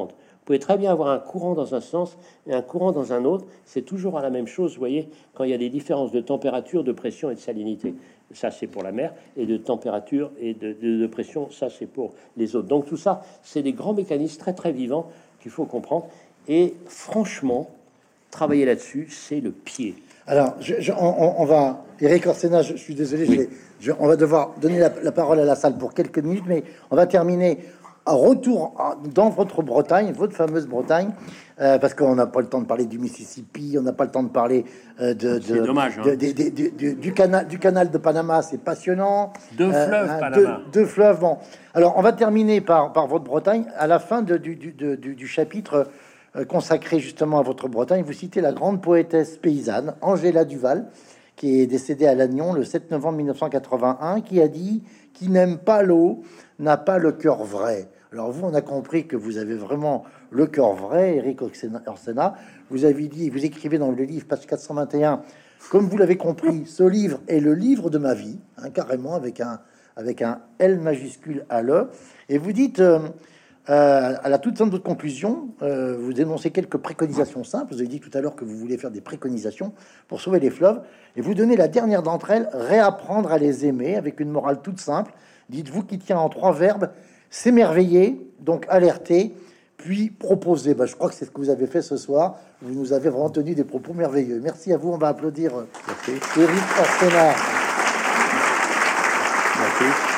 Vous pouvez très bien avoir un courant dans un sens et un courant dans un autre. C'est toujours à la même chose, vous voyez, quand il y a des différences de température, de pression et de salinité. Ça, c'est pour la mer, et de température et de, de, de pression, ça, c'est pour les autres. Donc tout ça, c'est des grands mécanismes très, très vivants qu'il faut comprendre. Et franchement, travailler là-dessus, c'est le pied. Alors, je, je, on, on va... Eric Orsena, je, je suis désolé, oui. je vais, je, on va devoir donner la, la parole à la salle pour quelques minutes, mais on va terminer... Un retour dans votre Bretagne, votre fameuse Bretagne, euh, parce qu'on n'a pas le temps de parler du Mississippi, on n'a pas le temps de parler euh, de, de, dommage, hein. de, de, de, de, de, du, canal, du canal de Panama, c'est passionnant. Deux euh, fleuves, hein, Panama. Deux, deux fleuves, bon. Alors, on va terminer par, par votre Bretagne. À la fin de, du, du, du, du chapitre euh, consacré justement à votre Bretagne, vous citez la grande poétesse paysanne, Angela Duval, qui est décédée à Lannion le sept novembre mille neuf cent quatre-vingt-un, qui a dit « Qui n'aime pas l'eau n'a pas le cœur vrai ». Alors vous, on a compris que vous avez vraiment le cœur vrai, Eric Orsena. Vous avez dit, vous écrivez dans le livre, page quatre cent vingt et un, comme vous l'avez compris, ce livre est le livre de ma vie, hein, carrément, avec un, avec un L majuscule à l'E. Et vous dites, euh, euh, à la toute fin de votre conclusion, euh, vous énoncez quelques préconisations simples. Vous avez dit tout à l'heure que vous vouliez faire des préconisations pour sauver les fleuves. Et vous donnez la dernière d'entre elles, réapprendre à les aimer, avec une morale toute simple. Dites-vous qui tient en trois verbes, s'émerveiller, donc alerter, puis proposer. Ben, je crois que c'est ce que vous avez fait ce soir. Vous nous avez vraiment tenu des propos merveilleux. Merci à vous. On va applaudir Eric Orsena. Merci.